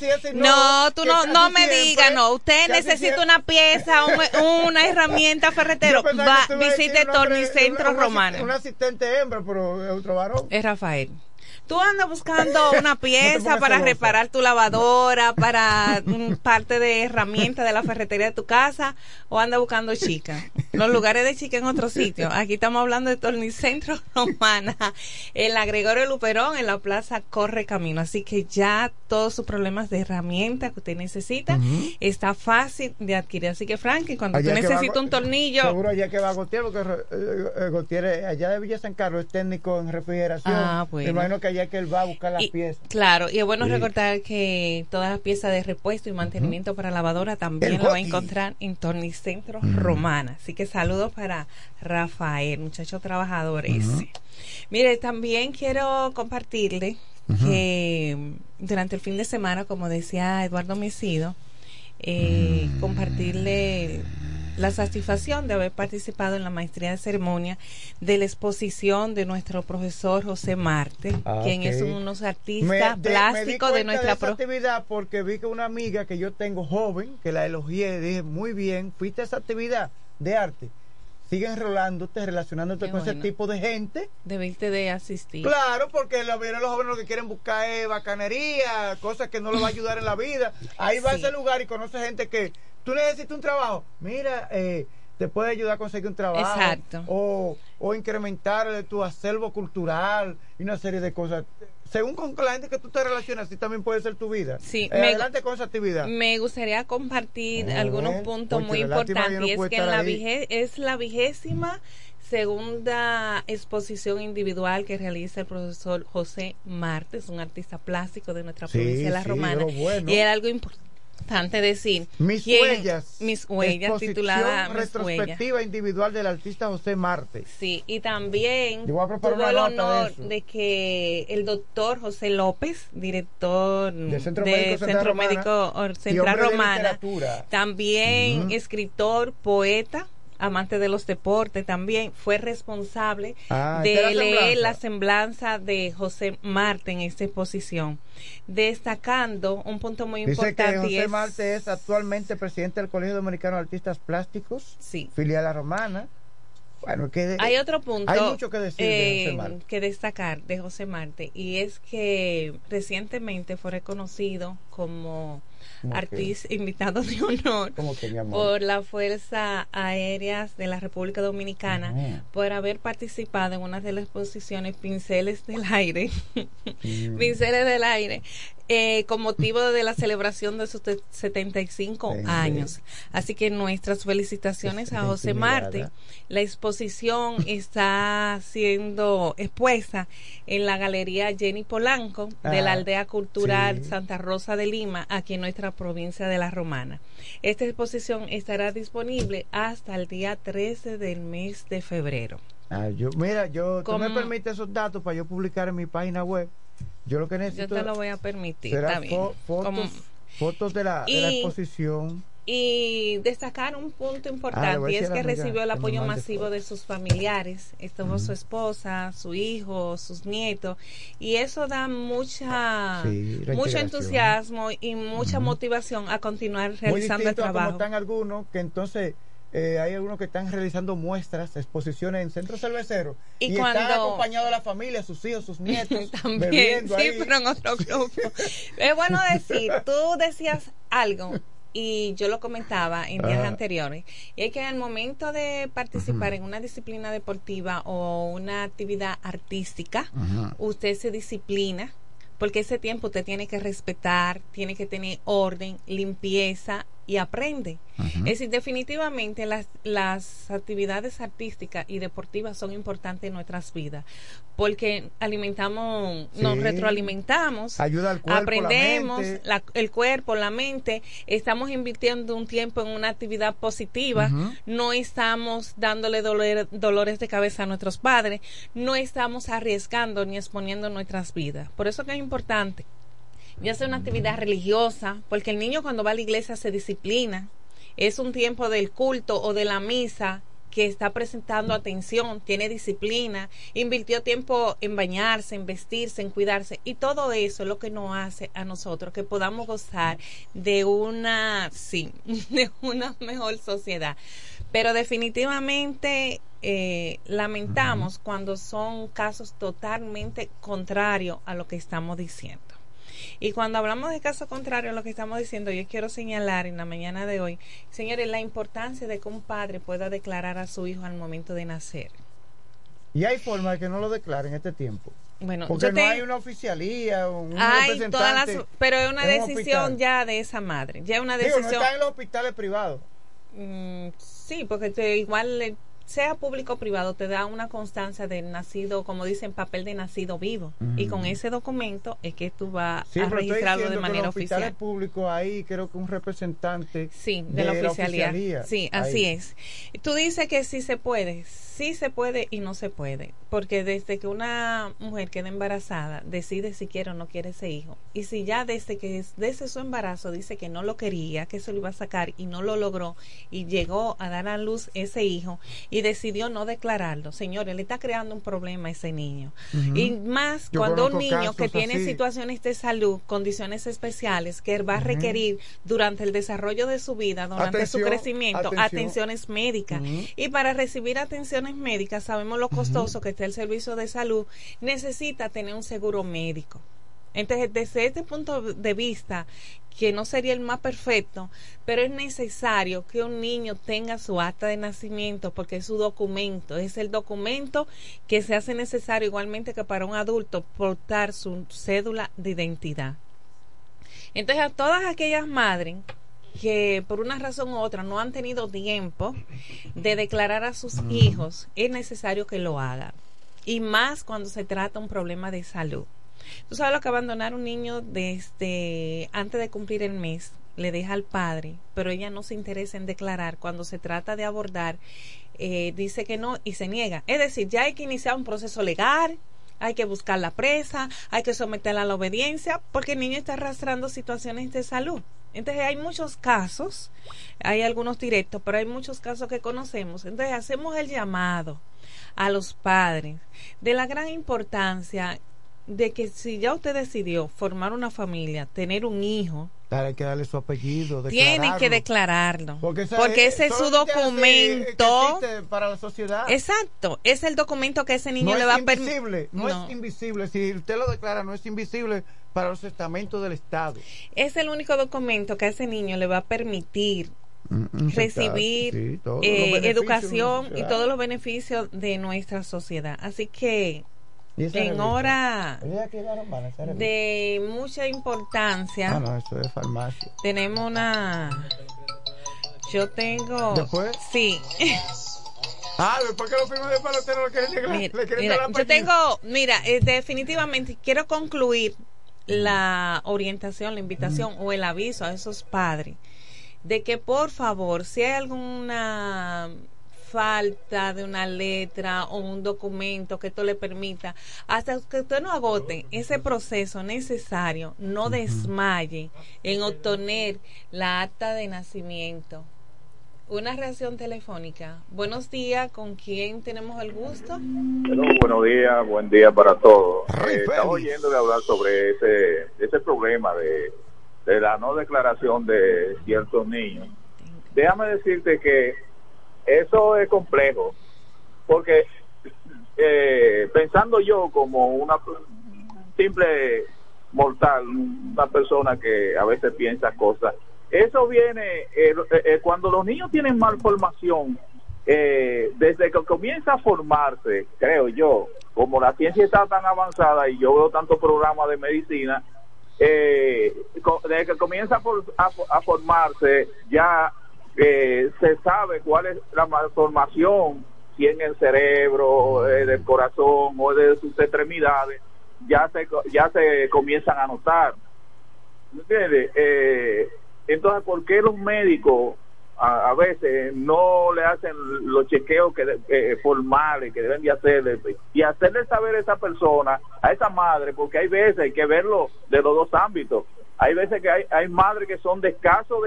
No, tú no me digas, no. Usted necesita una pieza, una herramienta ferretero. Visite Tornicentro Romana. Un asistente hembra, pero es otro varón. Es Rafael. Tú andas buscando una pieza para reparar tu lavadora, para parte de herramienta de la ferretería de tu casa, o andas buscando chica. Los lugares de chica en otro sitio. Aquí estamos hablando de Tornicentro Romana, en la Gregorio Luperón, en la Plaza Correcamino. Así que ya todos sus problemas de herramienta que usted necesita está fácil de adquirir. Así que, Frankie, cuando tú necesitas un tornillo, seguro allá que va Gautier, porque Gautier allá de Villa San Carlos es técnico en refrigeración. Bueno. Me imagino que allá que él va a buscar las piezas. Claro, y es bueno recordar que todas las piezas de repuesto y mantenimiento para lavadora también lo va a encontrar en Tornicentro Romana. Así que saludos para Rafael, muchacho trabajador ese. Mire, también quiero compartirle que durante el fin de semana, como decía Eduardo Mesido, compartirle la satisfacción de haber participado en la maestría de ceremonia de la exposición de nuestro profesor José Marte, quien es unos artistas plásticos de nuestra actividad, porque vi que una amiga que yo tengo joven, que la elogié, dije, muy bien, fuiste a esa actividad de arte. Sigue enrolándote, relacionándote con ese tipo de gente. Debiste de asistir. Claro, porque la mayoría de los jóvenes lo que quieren buscar es bacanería, cosas que no les va a ayudar en la vida. Ahí va a ese lugar y conoce gente que tú necesitas un trabajo. Mira, te puede ayudar a conseguir un trabajo. Exacto. O incrementar tu acervo cultural y una serie de cosas. Según con la gente que tú te relacionas, así también puede ser tu vida. Sí, adelante con esa actividad. Me gustaría compartir algunos puntos muy importantes. Y es que es la 22ª exposición individual que realiza el profesor José Marte, es un artista plástico de nuestra provincia de La Romana. Y era algo importante decir Mis huellas, titulada retrospectiva individual del artista José Marte. Sí, y también tuve el honor de que el doctor José López, director del Centro Médico Central Romana, también escritor, poeta, amante de los deportes, también fue responsable de leer la semblanza de José Marte en esta exposición, destacando un punto muy importante. Dice que José Marte es actualmente presidente del Colegio Dominicano de Artistas Plásticos, filial a Romana. Bueno, hay otro punto, hay mucho que decir de José Marte, que destacar de José Marte, y es que recientemente fue reconocido como artista invitado de honor por la Fuerza Aéreas de la República Dominicana por haber participado en una de las exposiciones Pinceles del Aire Pinceles del Aire con motivo de la celebración de sus 75 años. Así que nuestras felicitaciones a José Marte. La exposición está siendo expuesta en la Galería Jenny Polanco de la Aldea Cultural Santa Rosa de Lima, aquí en nuestra provincia de La Romana. Esta exposición estará disponible hasta el día 13 del mes de febrero. Tú me permites esos datos para yo publicar en mi página web. Yo lo que necesito, yo te lo voy a permitir. Fotos de la exposición. Y destacar un punto importante, y es que recibió el apoyo masivo de sus familiares, estuvo su esposa, su hijo, sus nietos, y eso da mucho entusiasmo y mucha motivación a continuar realizando el trabajo. Como están algunos que entonces hay algunos que están realizando muestras, exposiciones en centros cerveceros y están acompañados de la familia, sus hijos, sus nietos, también, sí, pero en otro grupo. Es bueno decir, tú decías algo y yo lo comentaba en días anteriores, y es que al momento de participar en una disciplina deportiva o una actividad artística, usted se disciplina, porque ese tiempo usted tiene que respetar, tiene que tener orden, limpieza y aprende. Es decir, definitivamente las actividades artísticas y deportivas son importantes en nuestras vidas, porque alimentamos, nos retroalimentamos, ayuda al cuerpo, aprendemos, el cuerpo, la mente, estamos invirtiendo un tiempo en una actividad positiva, no estamos dándole dolores de cabeza a nuestros padres, no estamos arriesgando ni exponiendo nuestras vidas. Por eso que es importante ya sea una actividad religiosa, porque el niño cuando va a la iglesia se disciplina, es un tiempo del culto o de la misa que está presentando atención, tiene disciplina, invirtió tiempo en bañarse, en vestirse, en cuidarse, y todo eso es lo que nos hace a nosotros que podamos gozar de una mejor sociedad. Pero definitivamente lamentamos cuando son casos totalmente contrarios a lo que estamos diciendo. Y cuando hablamos de caso contrario a lo que estamos diciendo, yo quiero señalar en la mañana de hoy, señores, la importancia de que un padre pueda declarar a su hijo al momento de nacer. ¿Y hay forma de que no lo declare en este tiempo? Bueno, porque no hay una oficialía, un representante. Pero es una decisión ya de esa madre. Ya es una decisión. No está en los hospitales privados. Sí, porque igual sea público o privado, te da una constancia del nacido, como dicen, papel de nacido vivo. Y con ese documento es que tú vas a registrarlo de manera oficial. En los hospitales públicos ahí creo que un representante de la oficialía. Sí, así es. Tú dices que sí se puede y no se puede, porque desde que una mujer queda embarazada, decide si quiere o no quiere ese hijo, y si ya desde su embarazo dice que no lo quería, que se lo iba a sacar y no lo logró, y llegó a dar a luz ese hijo, y decidió no declararlo, señores, le está creando un problema a ese niño. Y más cuando un niño que tiene situaciones de salud, condiciones especiales, que va a requerir durante el desarrollo de su vida, durante su crecimiento, atenciones médicas. Y para recibir atenciones médicas, sabemos lo costoso que está el servicio de salud, necesita tener un seguro médico. Entonces, desde este punto de vista, que no sería el más perfecto, pero es necesario que un niño tenga su acta de nacimiento, porque es su documento, es el documento que se hace necesario igualmente que para un adulto portar su cédula de identidad. Entonces, a todas aquellas madres que por una razón u otra no han tenido tiempo de declarar a sus hijos, es necesario que lo hagan, y más cuando se trata de un problema de salud. Tú sabes lo que abandonar un niño desde antes de cumplir el mes le deja al padre, pero ella no se interesa en declarar. Cuando se trata de abordar, dice que no y se niega. Es decir, ya hay que iniciar un proceso legal, hay que buscar la presa, hay que someterla a la obediencia, porque el niño está arrastrando situaciones de salud. Entonces hay muchos casos, hay algunos directos, pero hay muchos casos que conocemos. Entonces hacemos el llamado a los padres de la gran importancia de que si ya usted decidió formar una familia, tener un hijo, hay que darle su apellido, tiene que declararlo, porque ese es su documento para la sociedad. Exacto, es el documento que ese niño le va a permitir. No es invisible, si usted lo declara, no es invisible para los estamentos del Estado. Es el único documento que a ese niño le va a permitir recibir educación y todos los beneficios de nuestra sociedad. Así que en hora de mucha importancia, eso es farmacia. Tenemos yo tengo ¿después? Sí. ¿Por qué los primos de Palotero lo quieren llegar? Yo tengo, definitivamente quiero concluir la orientación, la invitación o el aviso a esos padres de que por favor, si hay alguna falta de una letra o un documento que esto le permita, hasta que usted no agote ese proceso necesario, no desmaye en obtener la acta de nacimiento. Una reacción telefónica. Buenos días, ¿con quién tenemos el gusto? Buenos días, buen día para todos. Estaba oyendo de hablar sobre ese problema de la no declaración de ciertos niños. Déjame decirte que eso es complejo, porque pensando yo como una simple mortal, una persona que a veces piensa cosas, eso viene cuando los niños tienen malformación, desde que comienza a formarse, creo yo, como la ciencia está tan avanzada y yo veo tantos programas de medicina, desde que comienza a formarse ya se sabe cuál es la malformación, si en el cerebro, del corazón o de sus extremidades, ya se comienzan a notar. ¿Entiendes? Entonces, ¿por qué los médicos a veces no le hacen los chequeos formales que deben de hacerle y hacerle saber a esa persona, a esa madre? Porque hay veces hay que verlo de los dos ámbitos. Hay veces que hay madres que son de escasos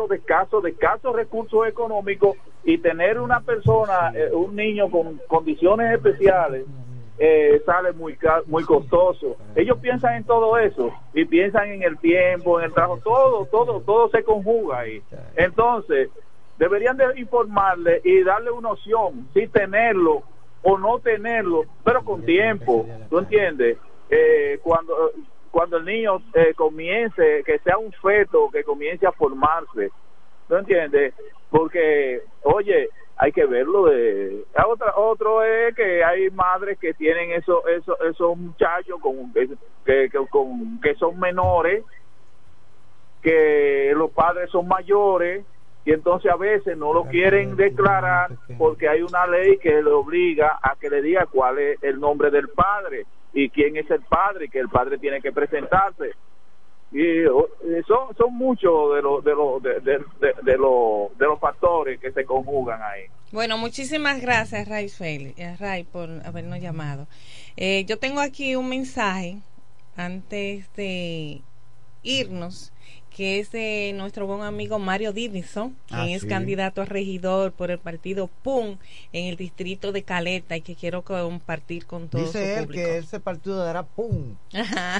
recursos económicos, y tener una persona, un niño con condiciones especiales, sale muy costoso. Ellos piensan en todo eso y piensan en el tiempo, en el trabajo, todo se conjuga ahí. Entonces deberían de informarle y darle una opción, si tenerlo o no tenerlo, pero con tiempo. ¿Tú entiendes? Cuando el niño comience, que sea un feto que comience a formarse, ¿no entiendes? Porque, oye, hay que verlo otro es que hay madres que tienen esos muchachos que son menores, que los padres son mayores, y entonces a veces no lo quieren declarar porque hay una ley que le obliga a que le diga cuál es el nombre del padre y quién es el padre, y que el padre tiene que presentarse. Y son muchos de los factores que se conjugan ahí. Bueno, muchísimas gracias, Ray, por habernos llamado. Yo tengo aquí un mensaje antes de irnos, que es de nuestro buen amigo Mario Davidson, quien es candidato a regidor por el partido PUN en el distrito de Caleta, y que quiero compartir con todo su público. Dice él que ese partido dará PUN. Ajá.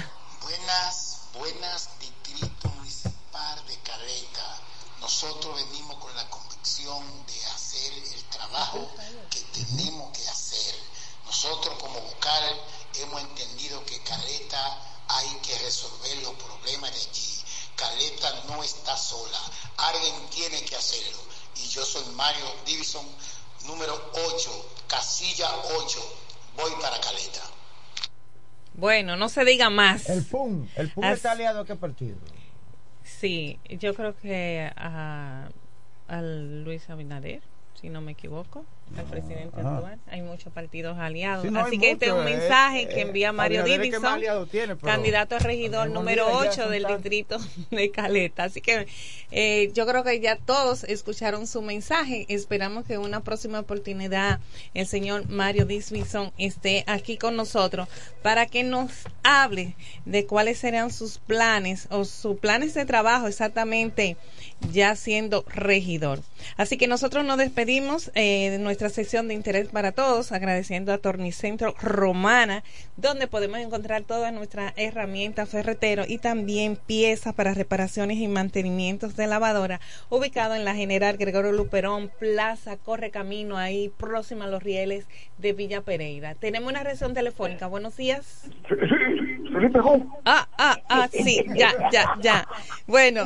Buenas, distrito municipal de Caleta. Nosotros venimos con la convicción de hacer el trabajo que tenemos que hacer. Nosotros como vocal hemos entendido que Caleta hay que resolver los problemas de allí. Caleta no está sola, alguien tiene que hacerlo, y yo soy Mario Davidson, número 8, casilla 8, voy para Caleta. Bueno, no se diga más. El PUN está aliado a qué partido? Sí, yo creo que a Luis Abinader, si no me equivoco, al presidente actual. Hay muchos partidos aliados. Sí, así que este es un mensaje que envía Mario Davidson, candidato a regidor número 8 del distrito de Caleta. Así que yo creo que ya todos escucharon su mensaje. Esperamos que en una próxima oportunidad el señor Mario Davidson esté aquí con nosotros para que nos hable de cuáles serán sus planes o sus planes de trabajo exactamente ya siendo regidor. Así que nosotros nos despedimos de nuestra sección de interés para todos, agradeciendo a Tornicentro Romana, donde podemos encontrar todas nuestras herramientas ferretero y también piezas para reparaciones y mantenimientos de lavadora, ubicado en la General Gregorio Luperón, Plaza Correcamino, ahí próxima a los rieles de Villa Pereira. Tenemos una reacción telefónica. Buenos días. Felipe Jón. Sí, ya. Bueno,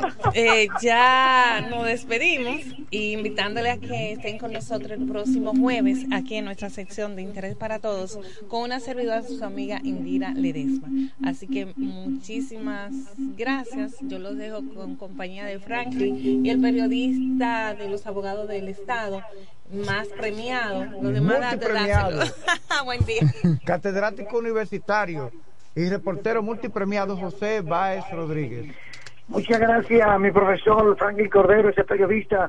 ya nos despedimos, y invitándole a que estén con nosotros el próximo jueves aquí en nuestra sección de interés para todos con una servidora, su amiga Indira Ledesma. Así que muchísimas gracias. Yo los dejo con compañía de Franklin y el periodista de los abogados del Estado más premiado, los demás buen día. Catedrático universitario y reportero multipremiado José Báez Rodríguez. Muchas gracias a mi profesor Franklin Cordero, ese periodista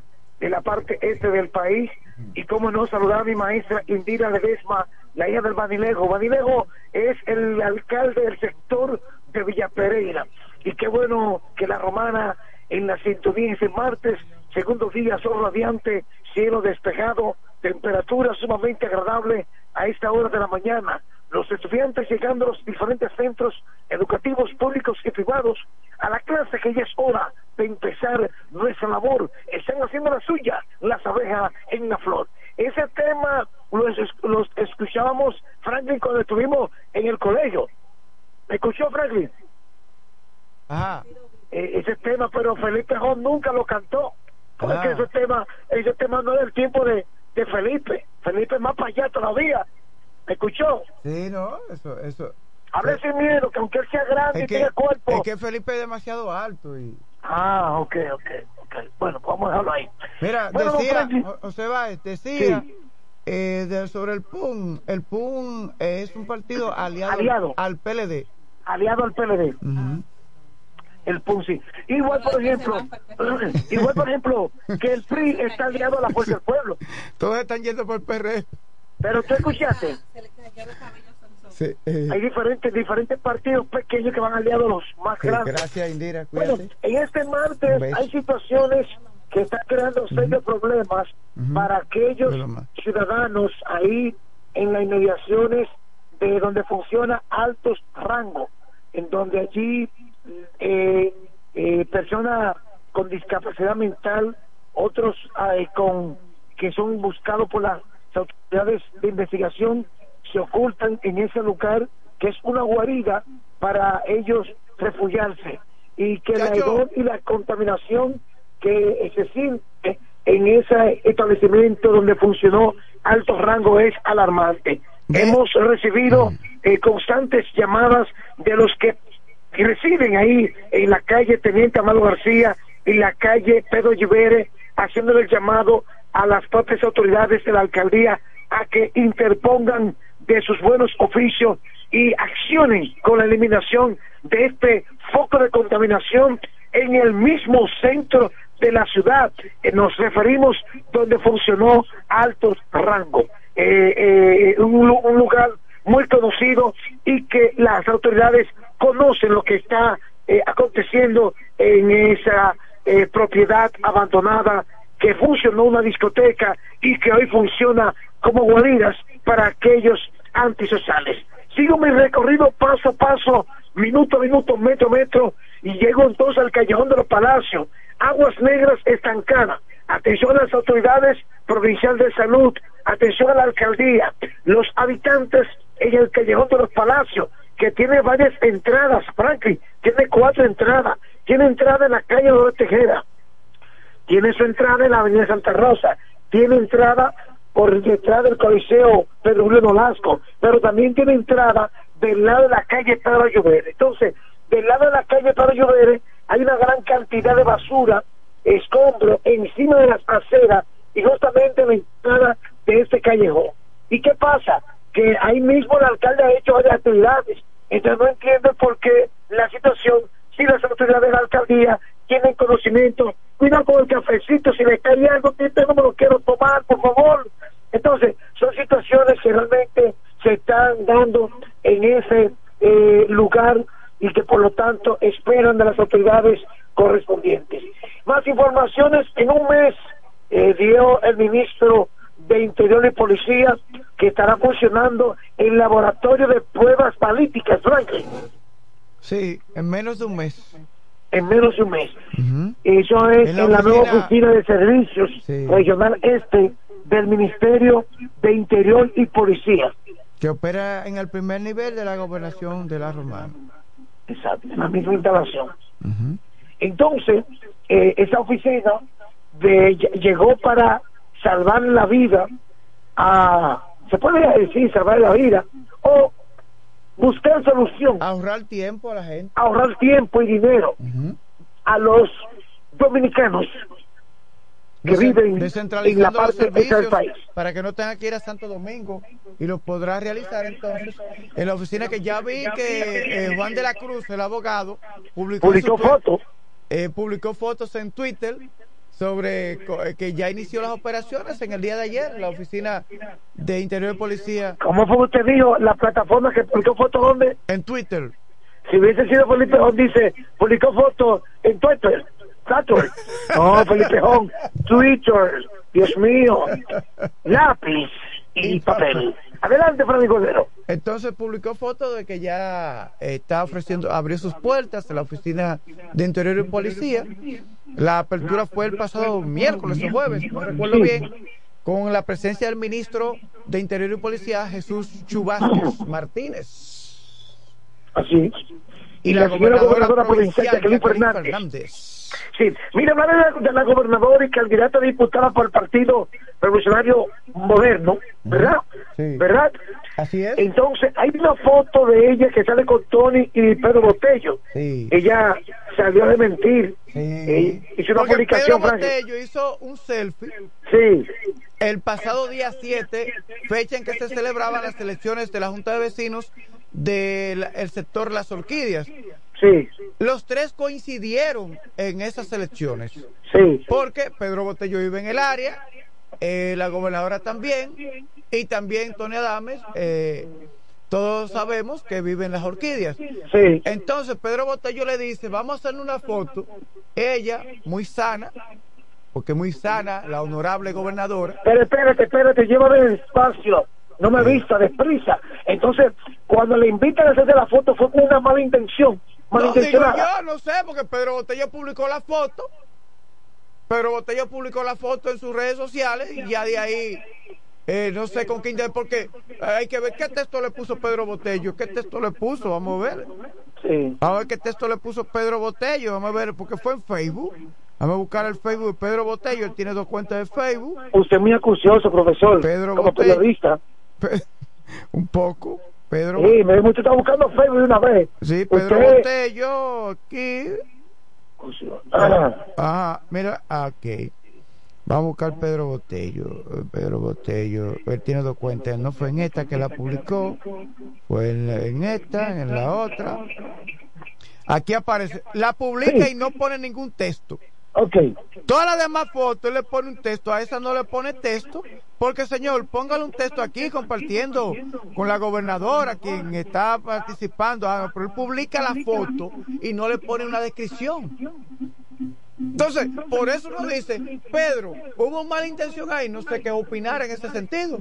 de la parte este del país. Y cómo no, saludar a mi maestra Indira Ledesma, la hija del Banilejo. Banilejo es el alcalde del sector de Villa Pereira. Y qué bueno que la Romana en la sintonía ese martes, segundo día, sol radiante, cielo despejado, temperatura sumamente agradable a esta hora de la mañana. Los estudiantes llegando a los diferentes centros educativos públicos y privados a la clase, que ya es hora de empezar nuestra labor. Están haciendo la suya, las abejas en la flor. Ese tema los escuchábamos, Franklin, cuando estuvimos en el colegio. ¿Me escuchó, Franklin? Ajá. Ese tema, pero Felipe Jón nunca lo cantó. Porque ese tema no es del tiempo de Felipe. Felipe es más para allá todavía. ¿Me escuchó? Sí, no, eso. Hable sin miedo, que aunque él sea grande y tenga cuerpo. Es que Felipe es demasiado alto y... Ok. Bueno, pues vamos a dejarlo ahí. Mira, bueno, decía, José Báez, decía sí. Sobre el PUN. El PUN es un partido aliado al PLD. Aliado al PLD. El PUN, sí. Igual, por ejemplo, que el PRI está aliado a la Fuerza del Pueblo. Todos están yendo por el PRD. Pero tú escuchaste. Sí, hay diferentes partidos pequeños que van aliados a los más grandes. Gracias, Indira. Cuídate. Bueno, en este martes hay situaciones que están creando serios problemas para aquellos ciudadanos ahí en las inmediaciones de donde funciona Altos Rango, en donde allí personas con discapacidad mental, otros que son buscados por las autoridades de investigación, se ocultan en ese lugar, que es una guarida para ellos refugiarse, y que la hedor y la contaminación que se siente en ese establecimiento donde funcionó Alto Rango es alarmante. Hemos recibido constantes llamadas de los que residen ahí en la calle Teniente Amado García y la calle Pedro Llibere, haciéndole el llamado a las propias autoridades de la alcaldía a que interpongan de sus buenos oficios y accionen con la eliminación de este foco de contaminación en el mismo centro de la ciudad. Nos referimos donde funcionó Alto Rango, un lugar muy conocido y que las autoridades conocen lo que está aconteciendo en esa propiedad abandonada, que funcionó una discoteca y que hoy funciona como guaridas para aquellos antisociales. Sigo mi recorrido paso a paso, minuto a minuto, metro a metro, y llego entonces al Callejón de los Palacios. Aguas Negras estancada. Atención a las autoridades provinciales de salud, atención a la alcaldía, los habitantes en el Callejón de los Palacios, que tiene varias entradas. Franklin, tiene 4 entradas. Tiene entrada en la calle de Tejera, tiene su entrada en la avenida Santa Rosa, tiene entrada por detrás del Coliseo Pedro Julio Nolasco, pero también tiene entrada del lado de la calle Pedro Llobera. Entonces, del lado de la calle Pedro Llobera hay una gran cantidad de basura, escombro encima de las aceras y justamente en la entrada de este callejón. ¿Y qué pasa? Que ahí mismo el alcalde ha hecho varias actividades. Entonces no entiendo por qué la situación, si las autoridades de la alcaldía tienen conocimiento, cuidado con el cafecito, si le cae algo, no me lo quiero tomar, por favor. Entonces, son situaciones que realmente se están dando en ese lugar y que por lo tanto esperan de las autoridades correspondientes. Más informaciones, en un mes dio el ministro de Interior y Policía que estará funcionando el laboratorio de pruebas balísticas, Franklin. Sí, en menos de un mes. En menos de un mes. Eso es en la nueva oficina de servicios regional este del Ministerio de Interior y Policía, que opera en el primer nivel de la gobernación de la Romana. Exacto, en la misma instalación. Entonces, esa oficina llegó para salvar la vida se puede decir salvar la vida o buscar solución, ahorrar tiempo a la gente, ahorrar tiempo y dinero a los dominicanos que viven en la parte del país, para que no tengan que ir a Santo Domingo, y lo podrá realizar entonces en la oficina, que ya vi que Juan de la Cruz, el abogado, publicó fotos en Twitter sobre que ya inició las operaciones en el día de ayer, la Oficina de Interior y Policía. ¿Cómo fue usted dijo? La plataforma que publicó foto, ¿dónde? En Twitter. Si hubiese sido Felipe Jón, dice, publicó foto en Twitter. No, Felipe Jón, Twitter. Dios mío. Lápiz y papel. Adelante, Freddy Cordero. Entonces publicó fotos de que ya está ofreciendo, abrió sus puertas a la Oficina de Interior y Policía. La apertura fue el pasado miércoles o jueves, no recuerdo bien, con la presencia del ministro de Interior y Policía, Jesús Chu Vázquez Martínez. Así. Y la gobernadora provincial, Jacqueline Fernández. Sí, mira, hablar de la gobernadora y candidata diputada por el Partido Revolucionario Moderno, ¿verdad? Sí. ¿Verdad? Así es. Entonces, hay una foto de ella que sale con Tony y Pedro Botello. Sí. Ella salió de mentir. Sí. Hizo una porque publicación. Pedro Botello hizo un selfie. Sí. El pasado día 7, fecha en que se celebraban las elecciones de la Junta de Vecinos del sector Las Orquídeas. Sí. Los tres coincidieron en esas elecciones. Sí. Porque Pedro Botello vive en el área, la gobernadora también, y también Tony Adames, todos sabemos que vive en Las Orquídeas. Sí. Entonces Pedro Botello le dice, vamos a hacerle una foto. Ella, muy sana, porque muy sana, la honorable gobernadora. Pero espérate, llévame despacio. No me vista, desprisa. Entonces, cuando le invitan a hacerse la foto fue con una mala intención. No, digo yo, no sé, porque Pedro Botello publicó la foto. Pedro Botello publicó la foto en sus redes sociales y ya de ahí, no sé con quién, porque hay que ver qué texto le puso Pedro Botello. ¿Qué texto le puso? Vamos a ver. Sí. Vamos a ver qué texto le puso Pedro Botello. Vamos a ver, porque fue en Facebook. Vamos a buscar el Facebook de Pedro Botello. Él tiene 2 cuentas de Facebook. Usted es muy acucioso, profesor. Pedro como Botello. Periodista. Un poco. Pedro. Sí, me mucho está buscando Facebook de una vez. Sí, Pedro Botello, aquí. Ajá, mira, ok. Vamos a buscar Pedro Botello. Pedro Botello, él tiene 2 cuentas. No fue en esta que la publicó, fue en esta, en la otra. Aquí aparece, la publica y no pone ningún texto. Okay. Todas las demás fotos él le pone un texto, a esa no le pone texto, porque señor, póngale un texto aquí compartiendo con la gobernadora quien está participando, pero él publica la foto y no le pone una descripción. Entonces, por eso uno dice, Pedro, hubo mala intención ahí, no sé qué opinar en ese sentido,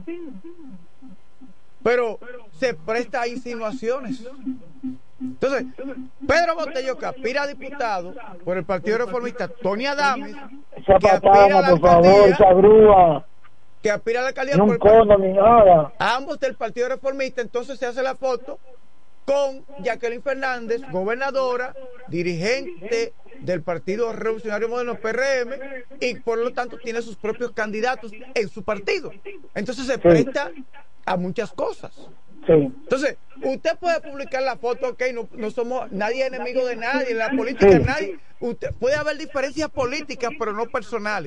pero se presta a insinuaciones. Entonces, Pedro Botello, que aspira a diputado por el Partido Reformista, Tony Adames, que aspira a la alcaldía, que aspira a la alcaldía por el Partido, ambos del Partido Reformista. Entonces se hace la foto con Jacqueline Fernández, gobernadora, dirigente del Partido Revolucionario Moderno, PRM, y por lo tanto tiene sus propios candidatos en su partido. Entonces se presta a muchas cosas. Sí. Entonces, usted puede publicar la foto, ok, no somos, nadie es enemigo de nadie, en la política nadie, usted puede haber diferencias políticas, pero no personales.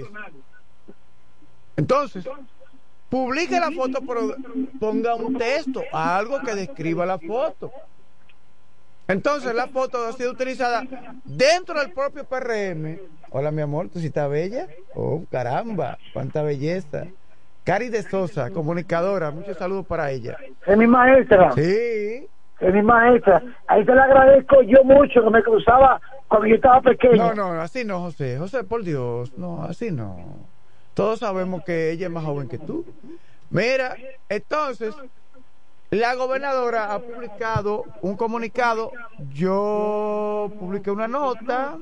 Entonces, publique la foto, pero ponga un texto, algo que describa la foto. Entonces, la foto ha sido utilizada dentro del propio PRM. Hola, mi amor, ¿tú sí estás bella? Oh, caramba, cuánta belleza. Cari de Sosa, comunicadora, muchos saludos para ella. Es mi maestra. Sí. Es mi maestra. Ahí te le agradezco yo mucho, que me cruzaba cuando yo estaba pequeño. No, así no, José. José, por Dios, no, así no. Todos sabemos que ella es más joven que tú. Mira, entonces, la gobernadora ha publicado un comunicado. Yo publiqué una nota.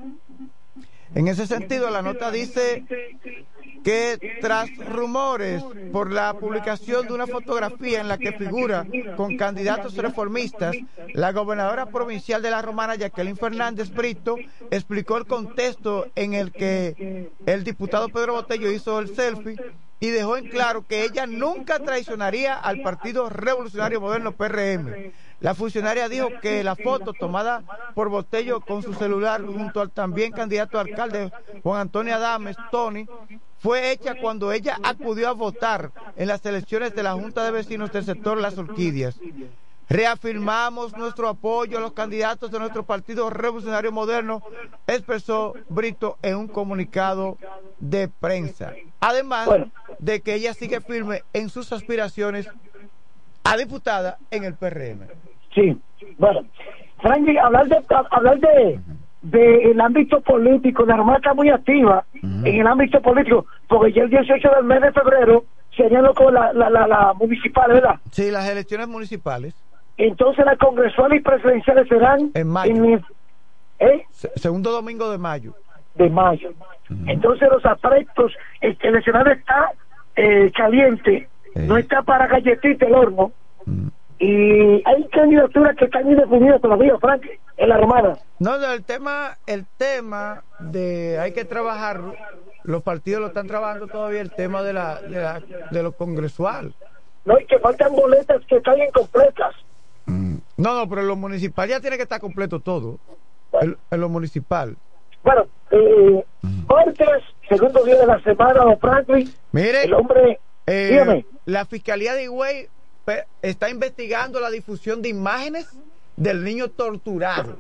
En ese sentido, la nota dice que tras rumores por la publicación de una fotografía en la que figura con candidatos reformistas, la gobernadora provincial de La Romana, Jacqueline Fernández Brito, explicó el contexto en el que el diputado Pedro Botello hizo el selfie y dejó en claro que ella nunca traicionaría al Partido Revolucionario Moderno, PRM. La funcionaria dijo que la foto tomada por Botello con su celular junto al también candidato a alcalde Juan Antonio Adames, Tony, fue hecha cuando ella acudió a votar en las elecciones de la Junta de Vecinos del sector Las Orquídeas. Reafirmamos nuestro apoyo a los candidatos de nuestro Partido Revolucionario Moderno, expresó Brito en un comunicado de prensa. Además de que ella sigue firme en sus aspiraciones a diputada en el PRM. Sí, bueno, Frankie, hablar de el ámbito político, la Armada está muy activa en el ámbito político, porque ya el 18 del mes de febrero se añadió con la municipal, ¿verdad? Sí, las elecciones municipales. Entonces las congresuales y presidenciales serán en mayo. Segundo domingo de mayo. Entonces los aspectos, el escenario está caliente, no está para galletita el horno. Y hay candidaturas que están indefinidas todavía, Frank, en la Romana. No, el tema de hay que trabajar, los partidos lo están trabajando todavía, el tema de lo congresual. No, y que faltan boletas que están incompletas. No, pero en lo municipal ya tiene que estar completo todo. En lo municipal. Bueno, martes, segundo día de la semana, don Franklin. Mire, el hombre, dígame. La Fiscalía de Higüey está investigando la difusión de imágenes del niño torturado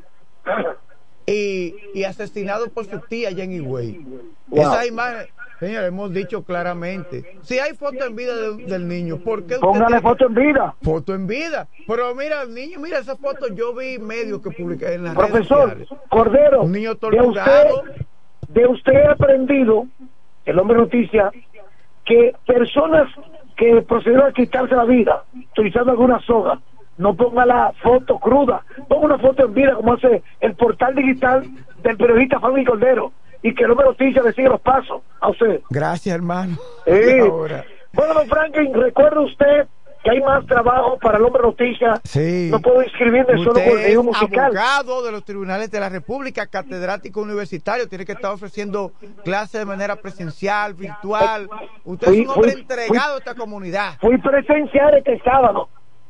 y asesinado por su tía allá en Higüey. Esas imágenes, señor, hemos dicho claramente, si hay foto en vida del niño, ¿por qué póngale foto en vida? Foto en vida. Pero mira el niño, mira esa foto, yo vi medios que publiqué en las Profesor redes sociales. Cordero, un niño torturado. De usted he aprendido, el hombre noticia, que personas que procedieron a quitarse la vida utilizando alguna soga, no ponga la foto cruda, ponga una foto en vida como hace el portal digital del periodista Franklin Cordero, y que el hombre noticia le sigue los pasos a usted. Gracias, hermano. Bueno, don Franklin, recuerde usted que hay más trabajo para el hombre noticia. Sí. No puedo inscribirme solo por el medio musical. Abogado de los tribunales de la República, catedrático universitario, tiene que estar ofreciendo clases de manera presencial, virtual. Usted es un hombre entregado a esta comunidad. Fui presencial este sábado.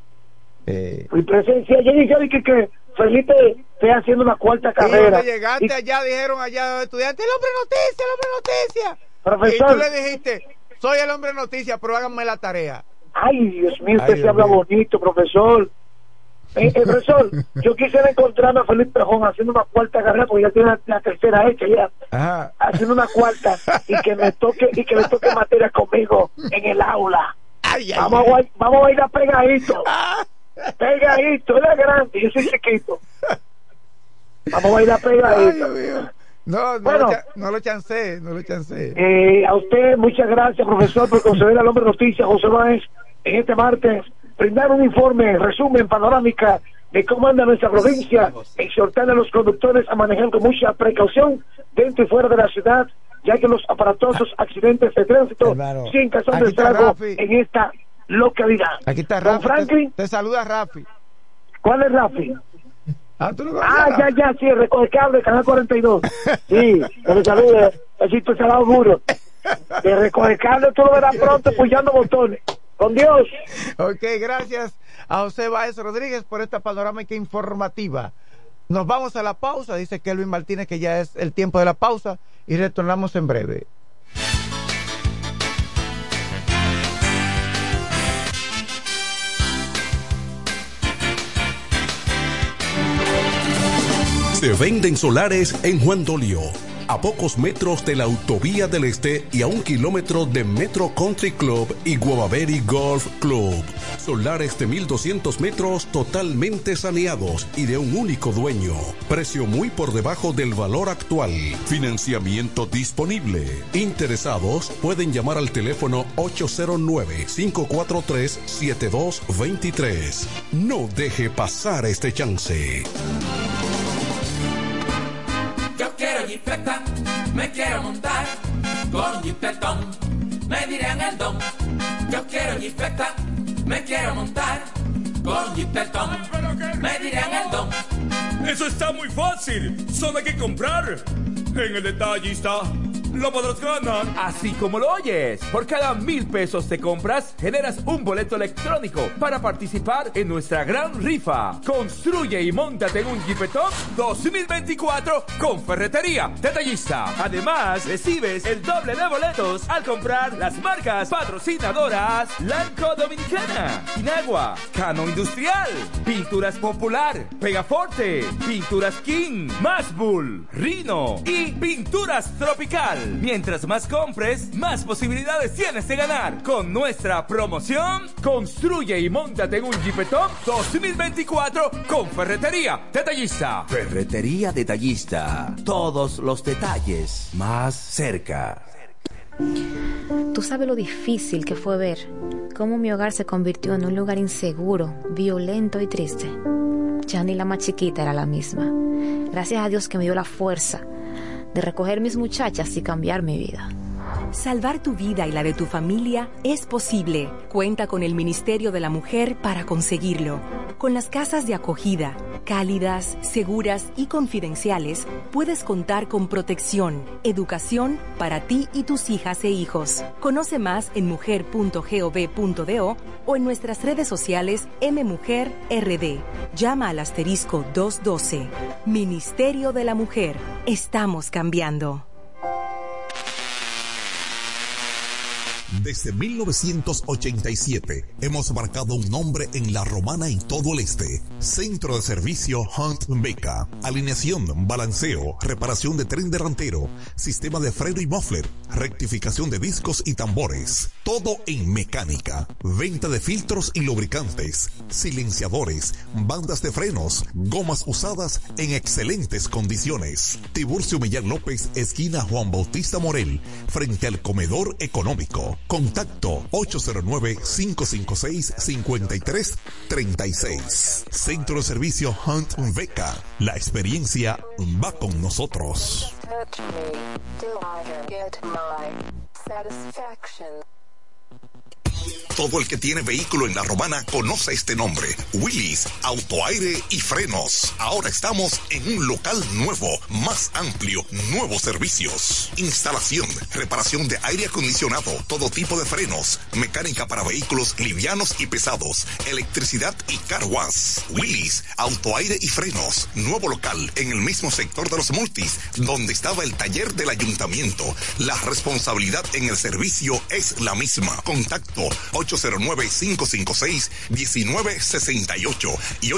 Fui presencial. Yo dije que Felipe esté haciendo una cuarta carrera. Cuando llegaste allá, dijeron allá los estudiantes, el hombre noticia. Profesor. Y tú le dijiste, soy el hombre noticia, pero háganme la tarea. Ay, Dios mío, usted se habla bonito, profesor. Profesor, yo quisiera encontrarme a Felipe Pejón haciendo una cuarta carrera, porque ya tiene la tercera hecha ya. Ajá. Haciendo una cuarta y que me toque materia conmigo en el aula. Vamos a bailar pegadito. Pegadito, él es grande, yo soy chiquito. Vamos a bailar pegadito. No lo chancé. A usted, muchas gracias, profesor, por conceder al hombre noticia, José Báez, en este martes, brindar un informe, resumen, panorámica de cómo anda nuestra provincia, exhortando a los conductores a manejar con mucha precaución dentro y fuera de la ciudad, ya que los aparatosos accidentes de tránsito siguen causando estrago en esta localidad. Aquí está Rafi. Franklin, te saluda Rafi. ¿Cuál es Rafi? ¿Tú lo ya, sí, recoge cable, canal 42. Sí, que me salude, besito salado duro. De recoger cable, tú lo verás pronto puyando botones. Con Dios. Ok, gracias a José Báez Rodríguez por esta panorámica informativa. Nos vamos a la pausa, dice Kelvin Martínez que ya es el tiempo de la pausa y retornamos en breve. Se venden solares en Juan Dolio, a pocos metros de la Autovía del Este y a 1 kilómetro de Metro Country Club y Guavaberi Golf Club. Solares de 1,200 metros totalmente saneados y de un único dueño. Precio muy por debajo del valor actual. Financiamiento disponible. Interesados pueden llamar al teléfono 809-543-7223. No deje pasar este chance. Yo quiero jipeta, me quiero montar con jipetón, me dirán el don. Yo quiero jipeta, me quiero montar con jipetón, me dirán el don. Eso está muy fácil, solo hay que comprar en el Detallista. lo podrás ganar así como lo oyes. Por cada 1,000 pesos de compras, generas un boleto electrónico para participar en nuestra gran rifa. Construye y móntate en un Jeepetop 2024 con Ferretería Detallista. Además, recibes el doble de boletos al comprar las marcas patrocinadoras Lanco Dominicana, Inagua, Cano Industrial, Pinturas Popular, Pegaforte, Pinturas King, Mashbull, Rino y Pinturas Tropical. Mientras más compres, más posibilidades tienes de ganar. Con nuestra promoción, construye y móntate en un Jeepetop 2024 con Ferretería Detallista. Ferretería Detallista. Todos los detalles más cerca. Tú sabes lo difícil que fue ver cómo mi hogar se convirtió en un lugar inseguro, violento y triste. Ya ni la más chiquita era la misma. Gracias a Dios que me dio la fuerza de recoger mis muchachas y cambiar mi vida. Salvar tu vida y la de tu familia es posible. Cuenta con el Ministerio de la Mujer para conseguirlo. Con las casas de acogida, cálidas, seguras y confidenciales, puedes contar con protección, educación para ti y tus hijas e hijos. Conoce más en mujer.gov.do o en nuestras redes sociales MMujerRD. Llama al *212. Ministerio de la Mujer. Estamos cambiando. Desde 1987 hemos marcado un nombre en La Romana y todo el este. Centro de Servicio Hunt Beca. Alineación, balanceo, reparación de tren delantero, sistema de freno y muffler, rectificación de discos y tambores. Todo en mecánica. Venta de filtros y lubricantes, silenciadores, bandas de frenos, gomas usadas en excelentes condiciones. Tiburcio Millán López, esquina Juan Bautista Morel, frente al comedor económico. Contacto 809-556-5336. Centro de Servicio Hunt Beca. La experiencia va con nosotros. Todo el que tiene vehículo en La Romana conoce este nombre: Willis Autoaire y Frenos. Ahora estamos en un local nuevo, más amplio, nuevos servicios: instalación, reparación de aire acondicionado, todo tipo de frenos, mecánica para vehículos livianos y pesados, electricidad y car wash. Willis Autoaire y Frenos, nuevo local en el mismo sector de los Multis, donde estaba el taller del ayuntamiento. La responsabilidad en el servicio es la misma. Contacto 809-556-1968 y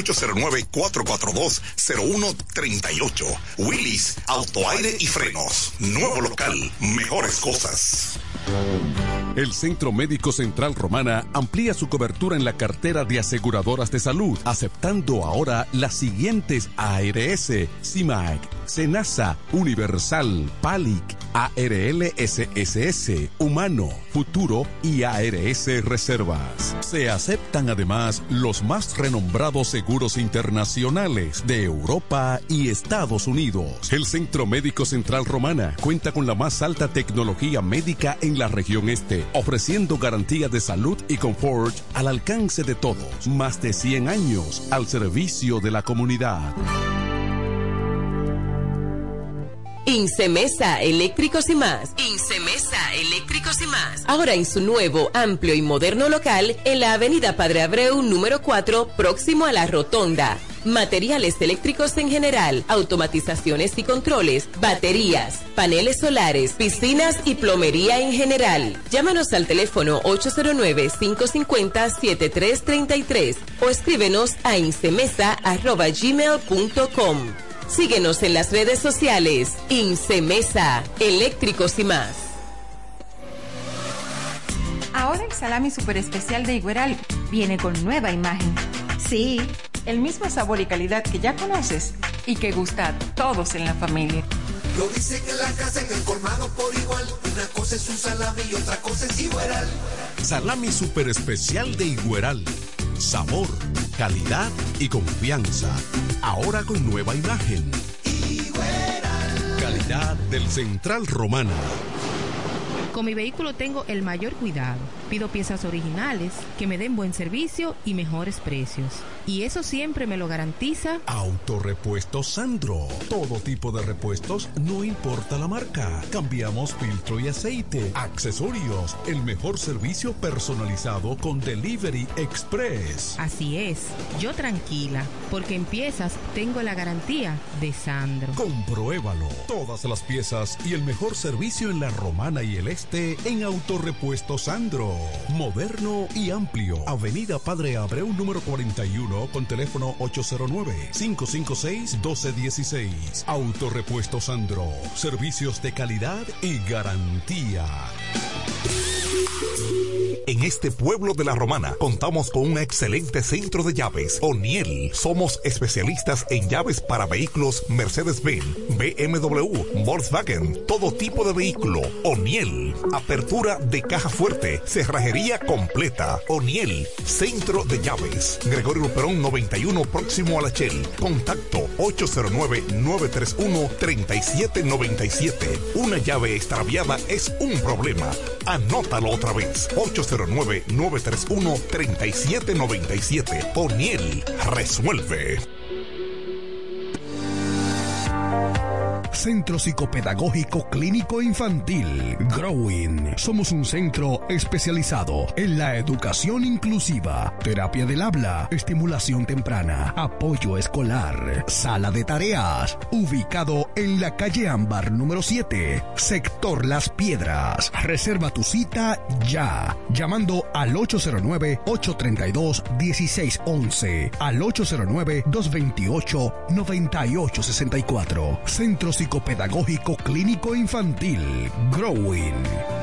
809-442-0138. Willis Autoaire y Frenos. Nuevo local, mejores cosas. El Centro Médico Central Romana amplía su cobertura en la cartera de aseguradoras de salud, aceptando ahora las siguientes ARS: CIMAC, SENASA, Universal, PALIC, ARL-SSS, Humano, Futuro y ARS Reservas. Se aceptan además los más renombrados seguros internacionales de Europa y Estados Unidos. El Centro Médico Central Romana cuenta con la más alta tecnología médica en la región este, ofreciendo garantía de salud y confort al alcance de todos. Más de 100 años al servicio de la comunidad. Incemesa Eléctricos y Más. Incemesa Eléctricos y Más. Ahora en su nuevo, amplio y moderno local en la avenida Padre Abreu número 4, próximo a la Rotonda. Materiales eléctricos en general, automatizaciones y controles, baterías, paneles solares, piscinas y plomería en general. Llámanos al teléfono 809-550-7333 o escríbenos a incemesa@gmail.com. Síguenos en las redes sociales. Incemesa, Eléctricos y Más. Ahora el salami super especial de Igueral viene con nueva imagen. Sí, el mismo sabor y calidad que ya conoces y que gusta a todos en la familia. Lo dicen en la casa, en el colmado por igual. Una cosa es un salami y otra cosa es Igueral. Salami super especial de Igueral. Sabor, calidad y confianza. Ahora con nueva imagen. Igueral. Calidad del Central Romana. Con mi vehículo tengo el mayor cuidado, Pido piezas originales, que me den buen servicio y mejores precios. Y eso siempre me lo garantiza Autorepuestos Sandro. Todo tipo de repuestos, no importa la marca. Cambiamos filtro y aceite, accesorios, el mejor servicio personalizado con Delivery Express. Así es, yo tranquila, porque en piezas tengo la garantía de Sandro. Compruébalo. Todas las piezas y el mejor servicio en La Romana y el Este en Autorepuestos Sandro. Moderno y amplio. Avenida Padre Abreu número 41 con teléfono 809-556-1216. Autorepuestos Sandro. Servicios de calidad y garantía. En este pueblo de La Romana contamos con un excelente centro de llaves, O'Neill. Somos especialistas en llaves para vehículos Mercedes-Benz, BMW, Volkswagen, todo tipo de vehículo. O'Neill. Apertura de caja fuerte, cerrajería completa. O'Neill, centro de llaves. Gregorio Luperón 91, próximo a la Shell. Contacto 809-931-3797. Una llave extraviada es un problema. Anótalo otra vez. 809-931-3797. O'Neill resuelve. Centro Psicopedagógico Clínico Infantil Growing. Somos un centro especializado en la educación inclusiva, terapia del habla, estimulación temprana, apoyo escolar, sala de tareas, ubicado en la calle Ámbar número 7, sector Las Piedras. Reserva tu cita ya, llamando al 809-832-1611, al 809-228-9864. Centro Psicopedagógico Clínico Infantil Growing.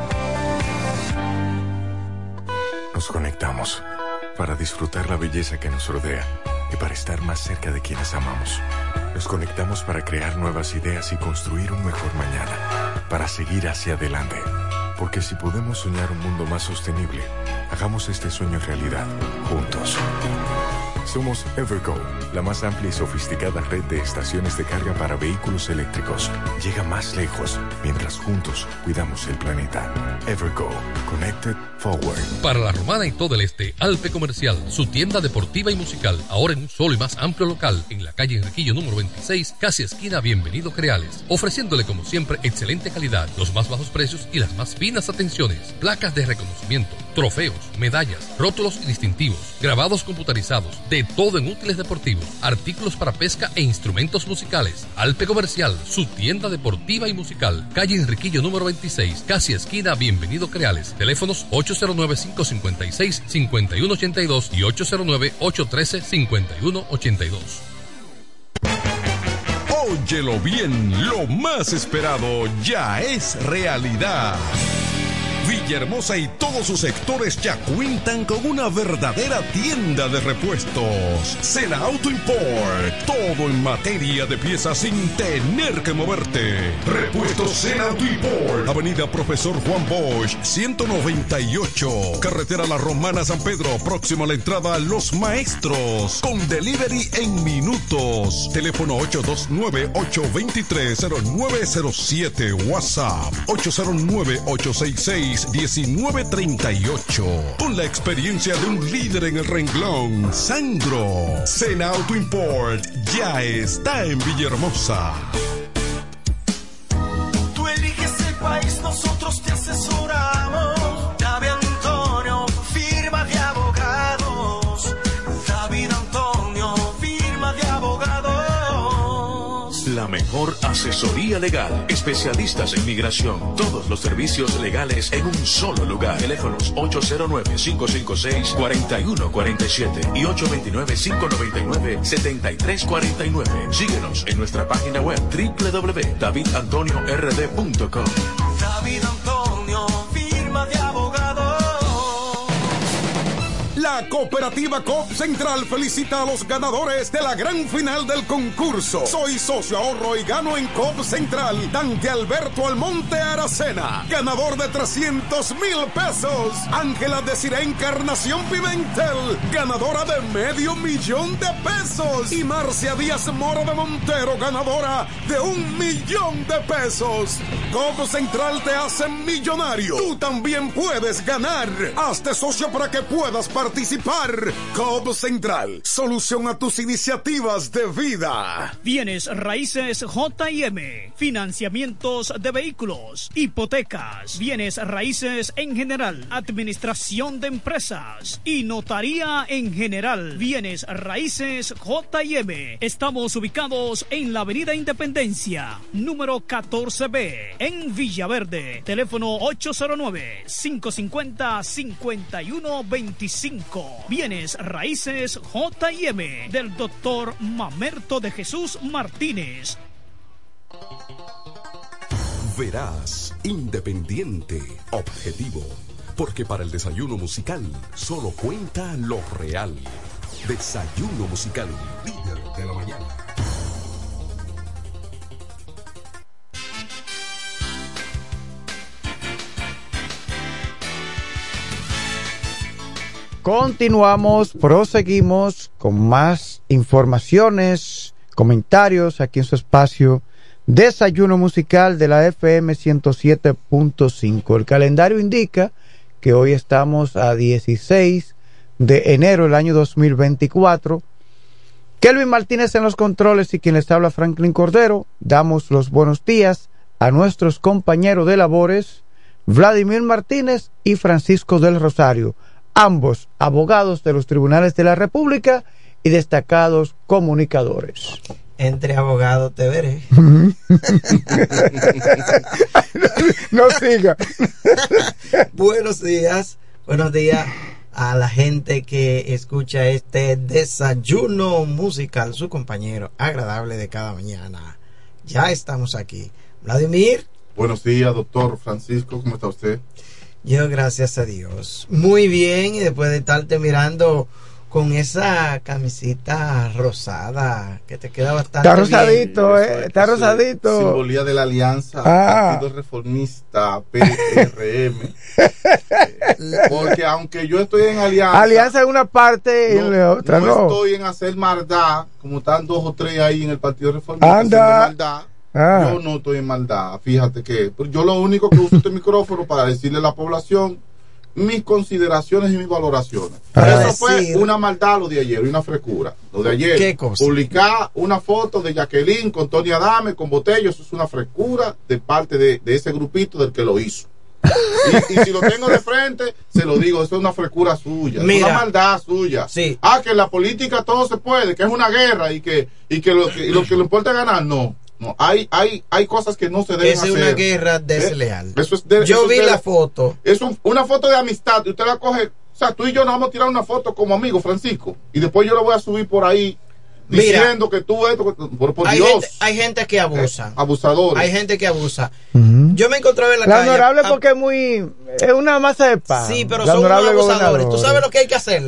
Nos conectamos para disfrutar la belleza que nos rodea y para estar más cerca de quienes amamos. Nos conectamos para crear nuevas ideas y construir un mejor mañana, para seguir hacia adelante. Porque si podemos soñar un mundo más sostenible, hagamos este sueño realidad, juntos. Somos Evergo, la más amplia y sofisticada red de estaciones de carga para vehículos eléctricos. Llega más lejos mientras juntos cuidamos el planeta. Evergo, Connected Forward. Para La Romana y todo el este, Alpe Comercial, su tienda deportiva y musical, ahora en un solo y más amplio local, en la calle Enriquillo número 26, casi esquina Bienvenido Creales, ofreciéndole como siempre excelente calidad, los más bajos precios y las más finas atenciones, placas de reconocimiento, trofeos, medallas, rótulos y distintivos, grabados computarizados, de todo en útiles deportivos, artículos para pesca e instrumentos musicales. Alpe Comercial, su tienda deportiva y musical, calle Enriquillo número 26, casi esquina Bienvenido Creales. Teléfonos 809-556-5182 y 809-813-5182. Óyelo bien, lo más esperado ya es realidad. Villahermosa y todos sus sectores ya cuentan con una verdadera tienda de repuestos. Sena Auto Import. Todo en materia de piezas sin tener que moverte. Repuestos Sena Auto Import. Avenida Profesor Juan Bosch, 198. Carretera La Romana San Pedro, próximo a la entrada a Los Maestros. Con delivery en minutos. Teléfono 829-823-0907. WhatsApp 809-866-1938. Con la experiencia de un líder en el renglón, Sandro. Sena Auto Import ya está en Villahermosa. Tú eliges el país, nosotros te asesoramos. David Antonio, firma de abogados. David Antonio, firma de abogados. La mejor asesoría legal, especialistas en migración, todos los servicios legales en un solo lugar. Teléfonos 809-556-4147 y 829-599-7349. Síguenos en nuestra página web www.davidantoniord.com. David Antonio, firma de abogados. La La cooperativa Coop Central felicita a los ganadores de la gran final del concurso. Soy socio ahorro y gano en Coop Central. Dante Alberto Almonte Aracena, ganador de 300,000 pesos. Ángela Desiree Encarnación Pimentel, ganadora de $500,000 de pesos. Y Marcia Díaz Mora de Montero, ganadora de $1,000,000 de pesos. Coop Central te hace millonario. Tú también puedes ganar. Hazte socio para que puedas participar. Coop Central, solución a tus iniciativas de vida. Bienes raíces J&M, financiamientos de vehículos, hipotecas, bienes raíces en general, administración de empresas y notaría en general. Bienes raíces J&M. Estamos ubicados en la Avenida Independencia, número 14B, en Villaverde. Teléfono 809-550-5125. Bienes raíces J&M del doctor Mamerto de Jesús Martínez. Verás, independiente, objetivo, porque para el desayuno musical solo cuenta lo real. Desayuno musical, líder de la mañana. Continuamos, proseguimos con más informaciones, comentarios aquí en su espacio Desayuno Musical de la FM 107.5. El calendario indica que hoy estamos a 16 de enero del año 2024. Kelvin Martínez en los controles y quien les habla Franklin Cordero. Damos los buenos días a nuestros compañeros de labores Vladimir Martínez y Francisco del Rosario, ambos abogados de los tribunales de la República y destacados comunicadores. Entre abogados te veré. No siga. Buenos días a la gente que escucha este desayuno musical, su compañero agradable de cada mañana. Ya estamos aquí. Vladimir. Buenos días, doctor Francisco, ¿cómo está usted? Yo, gracias a Dios, muy bien, y después de estarte mirando con esa camisita rosada que te queda bastante está rosadito, bien. Está rosadito. Simbolía de la Alianza Partido Reformista, PRM. Porque aunque yo estoy en Alianza en una parte y en la otra no. Estoy en hacer maldad, como están 2 o 3 ahí en el Partido Reformista haciendo maldad. Yo no estoy en maldad, fíjate que yo lo único que uso este micrófono para decirle a la población mis consideraciones y mis valoraciones. Eso fue una maldad lo de ayer, una frescura. Lo de ayer, ¿qué cosa? Publicar una foto de Jacqueline con Tony Adame, con Botello, eso es una frescura de parte de ese grupito del que lo hizo. Y si lo tengo de frente, se lo digo, eso es una frescura suya, es una maldad suya. Sí. Que en la política todo se puede, que es una guerra y que lo que le importa es ganar, no. No, hay cosas que no se deben hacer. Es una guerra desleal. Yo vi la foto. Es una foto de amistad. Y usted la coge. O sea, tú y yo nos vamos a tirar una foto como amigos, Francisco. Y después yo la voy a subir por ahí diciendo que tú esto. Por Dios. Hay gente que abusa. Abusadores. Hay gente que abusa. Yo me encontraba en la calle. Honorable porque es una masa de pan. Sí, pero son unos abusadores. ¿Tú sabes lo que hay que hacer?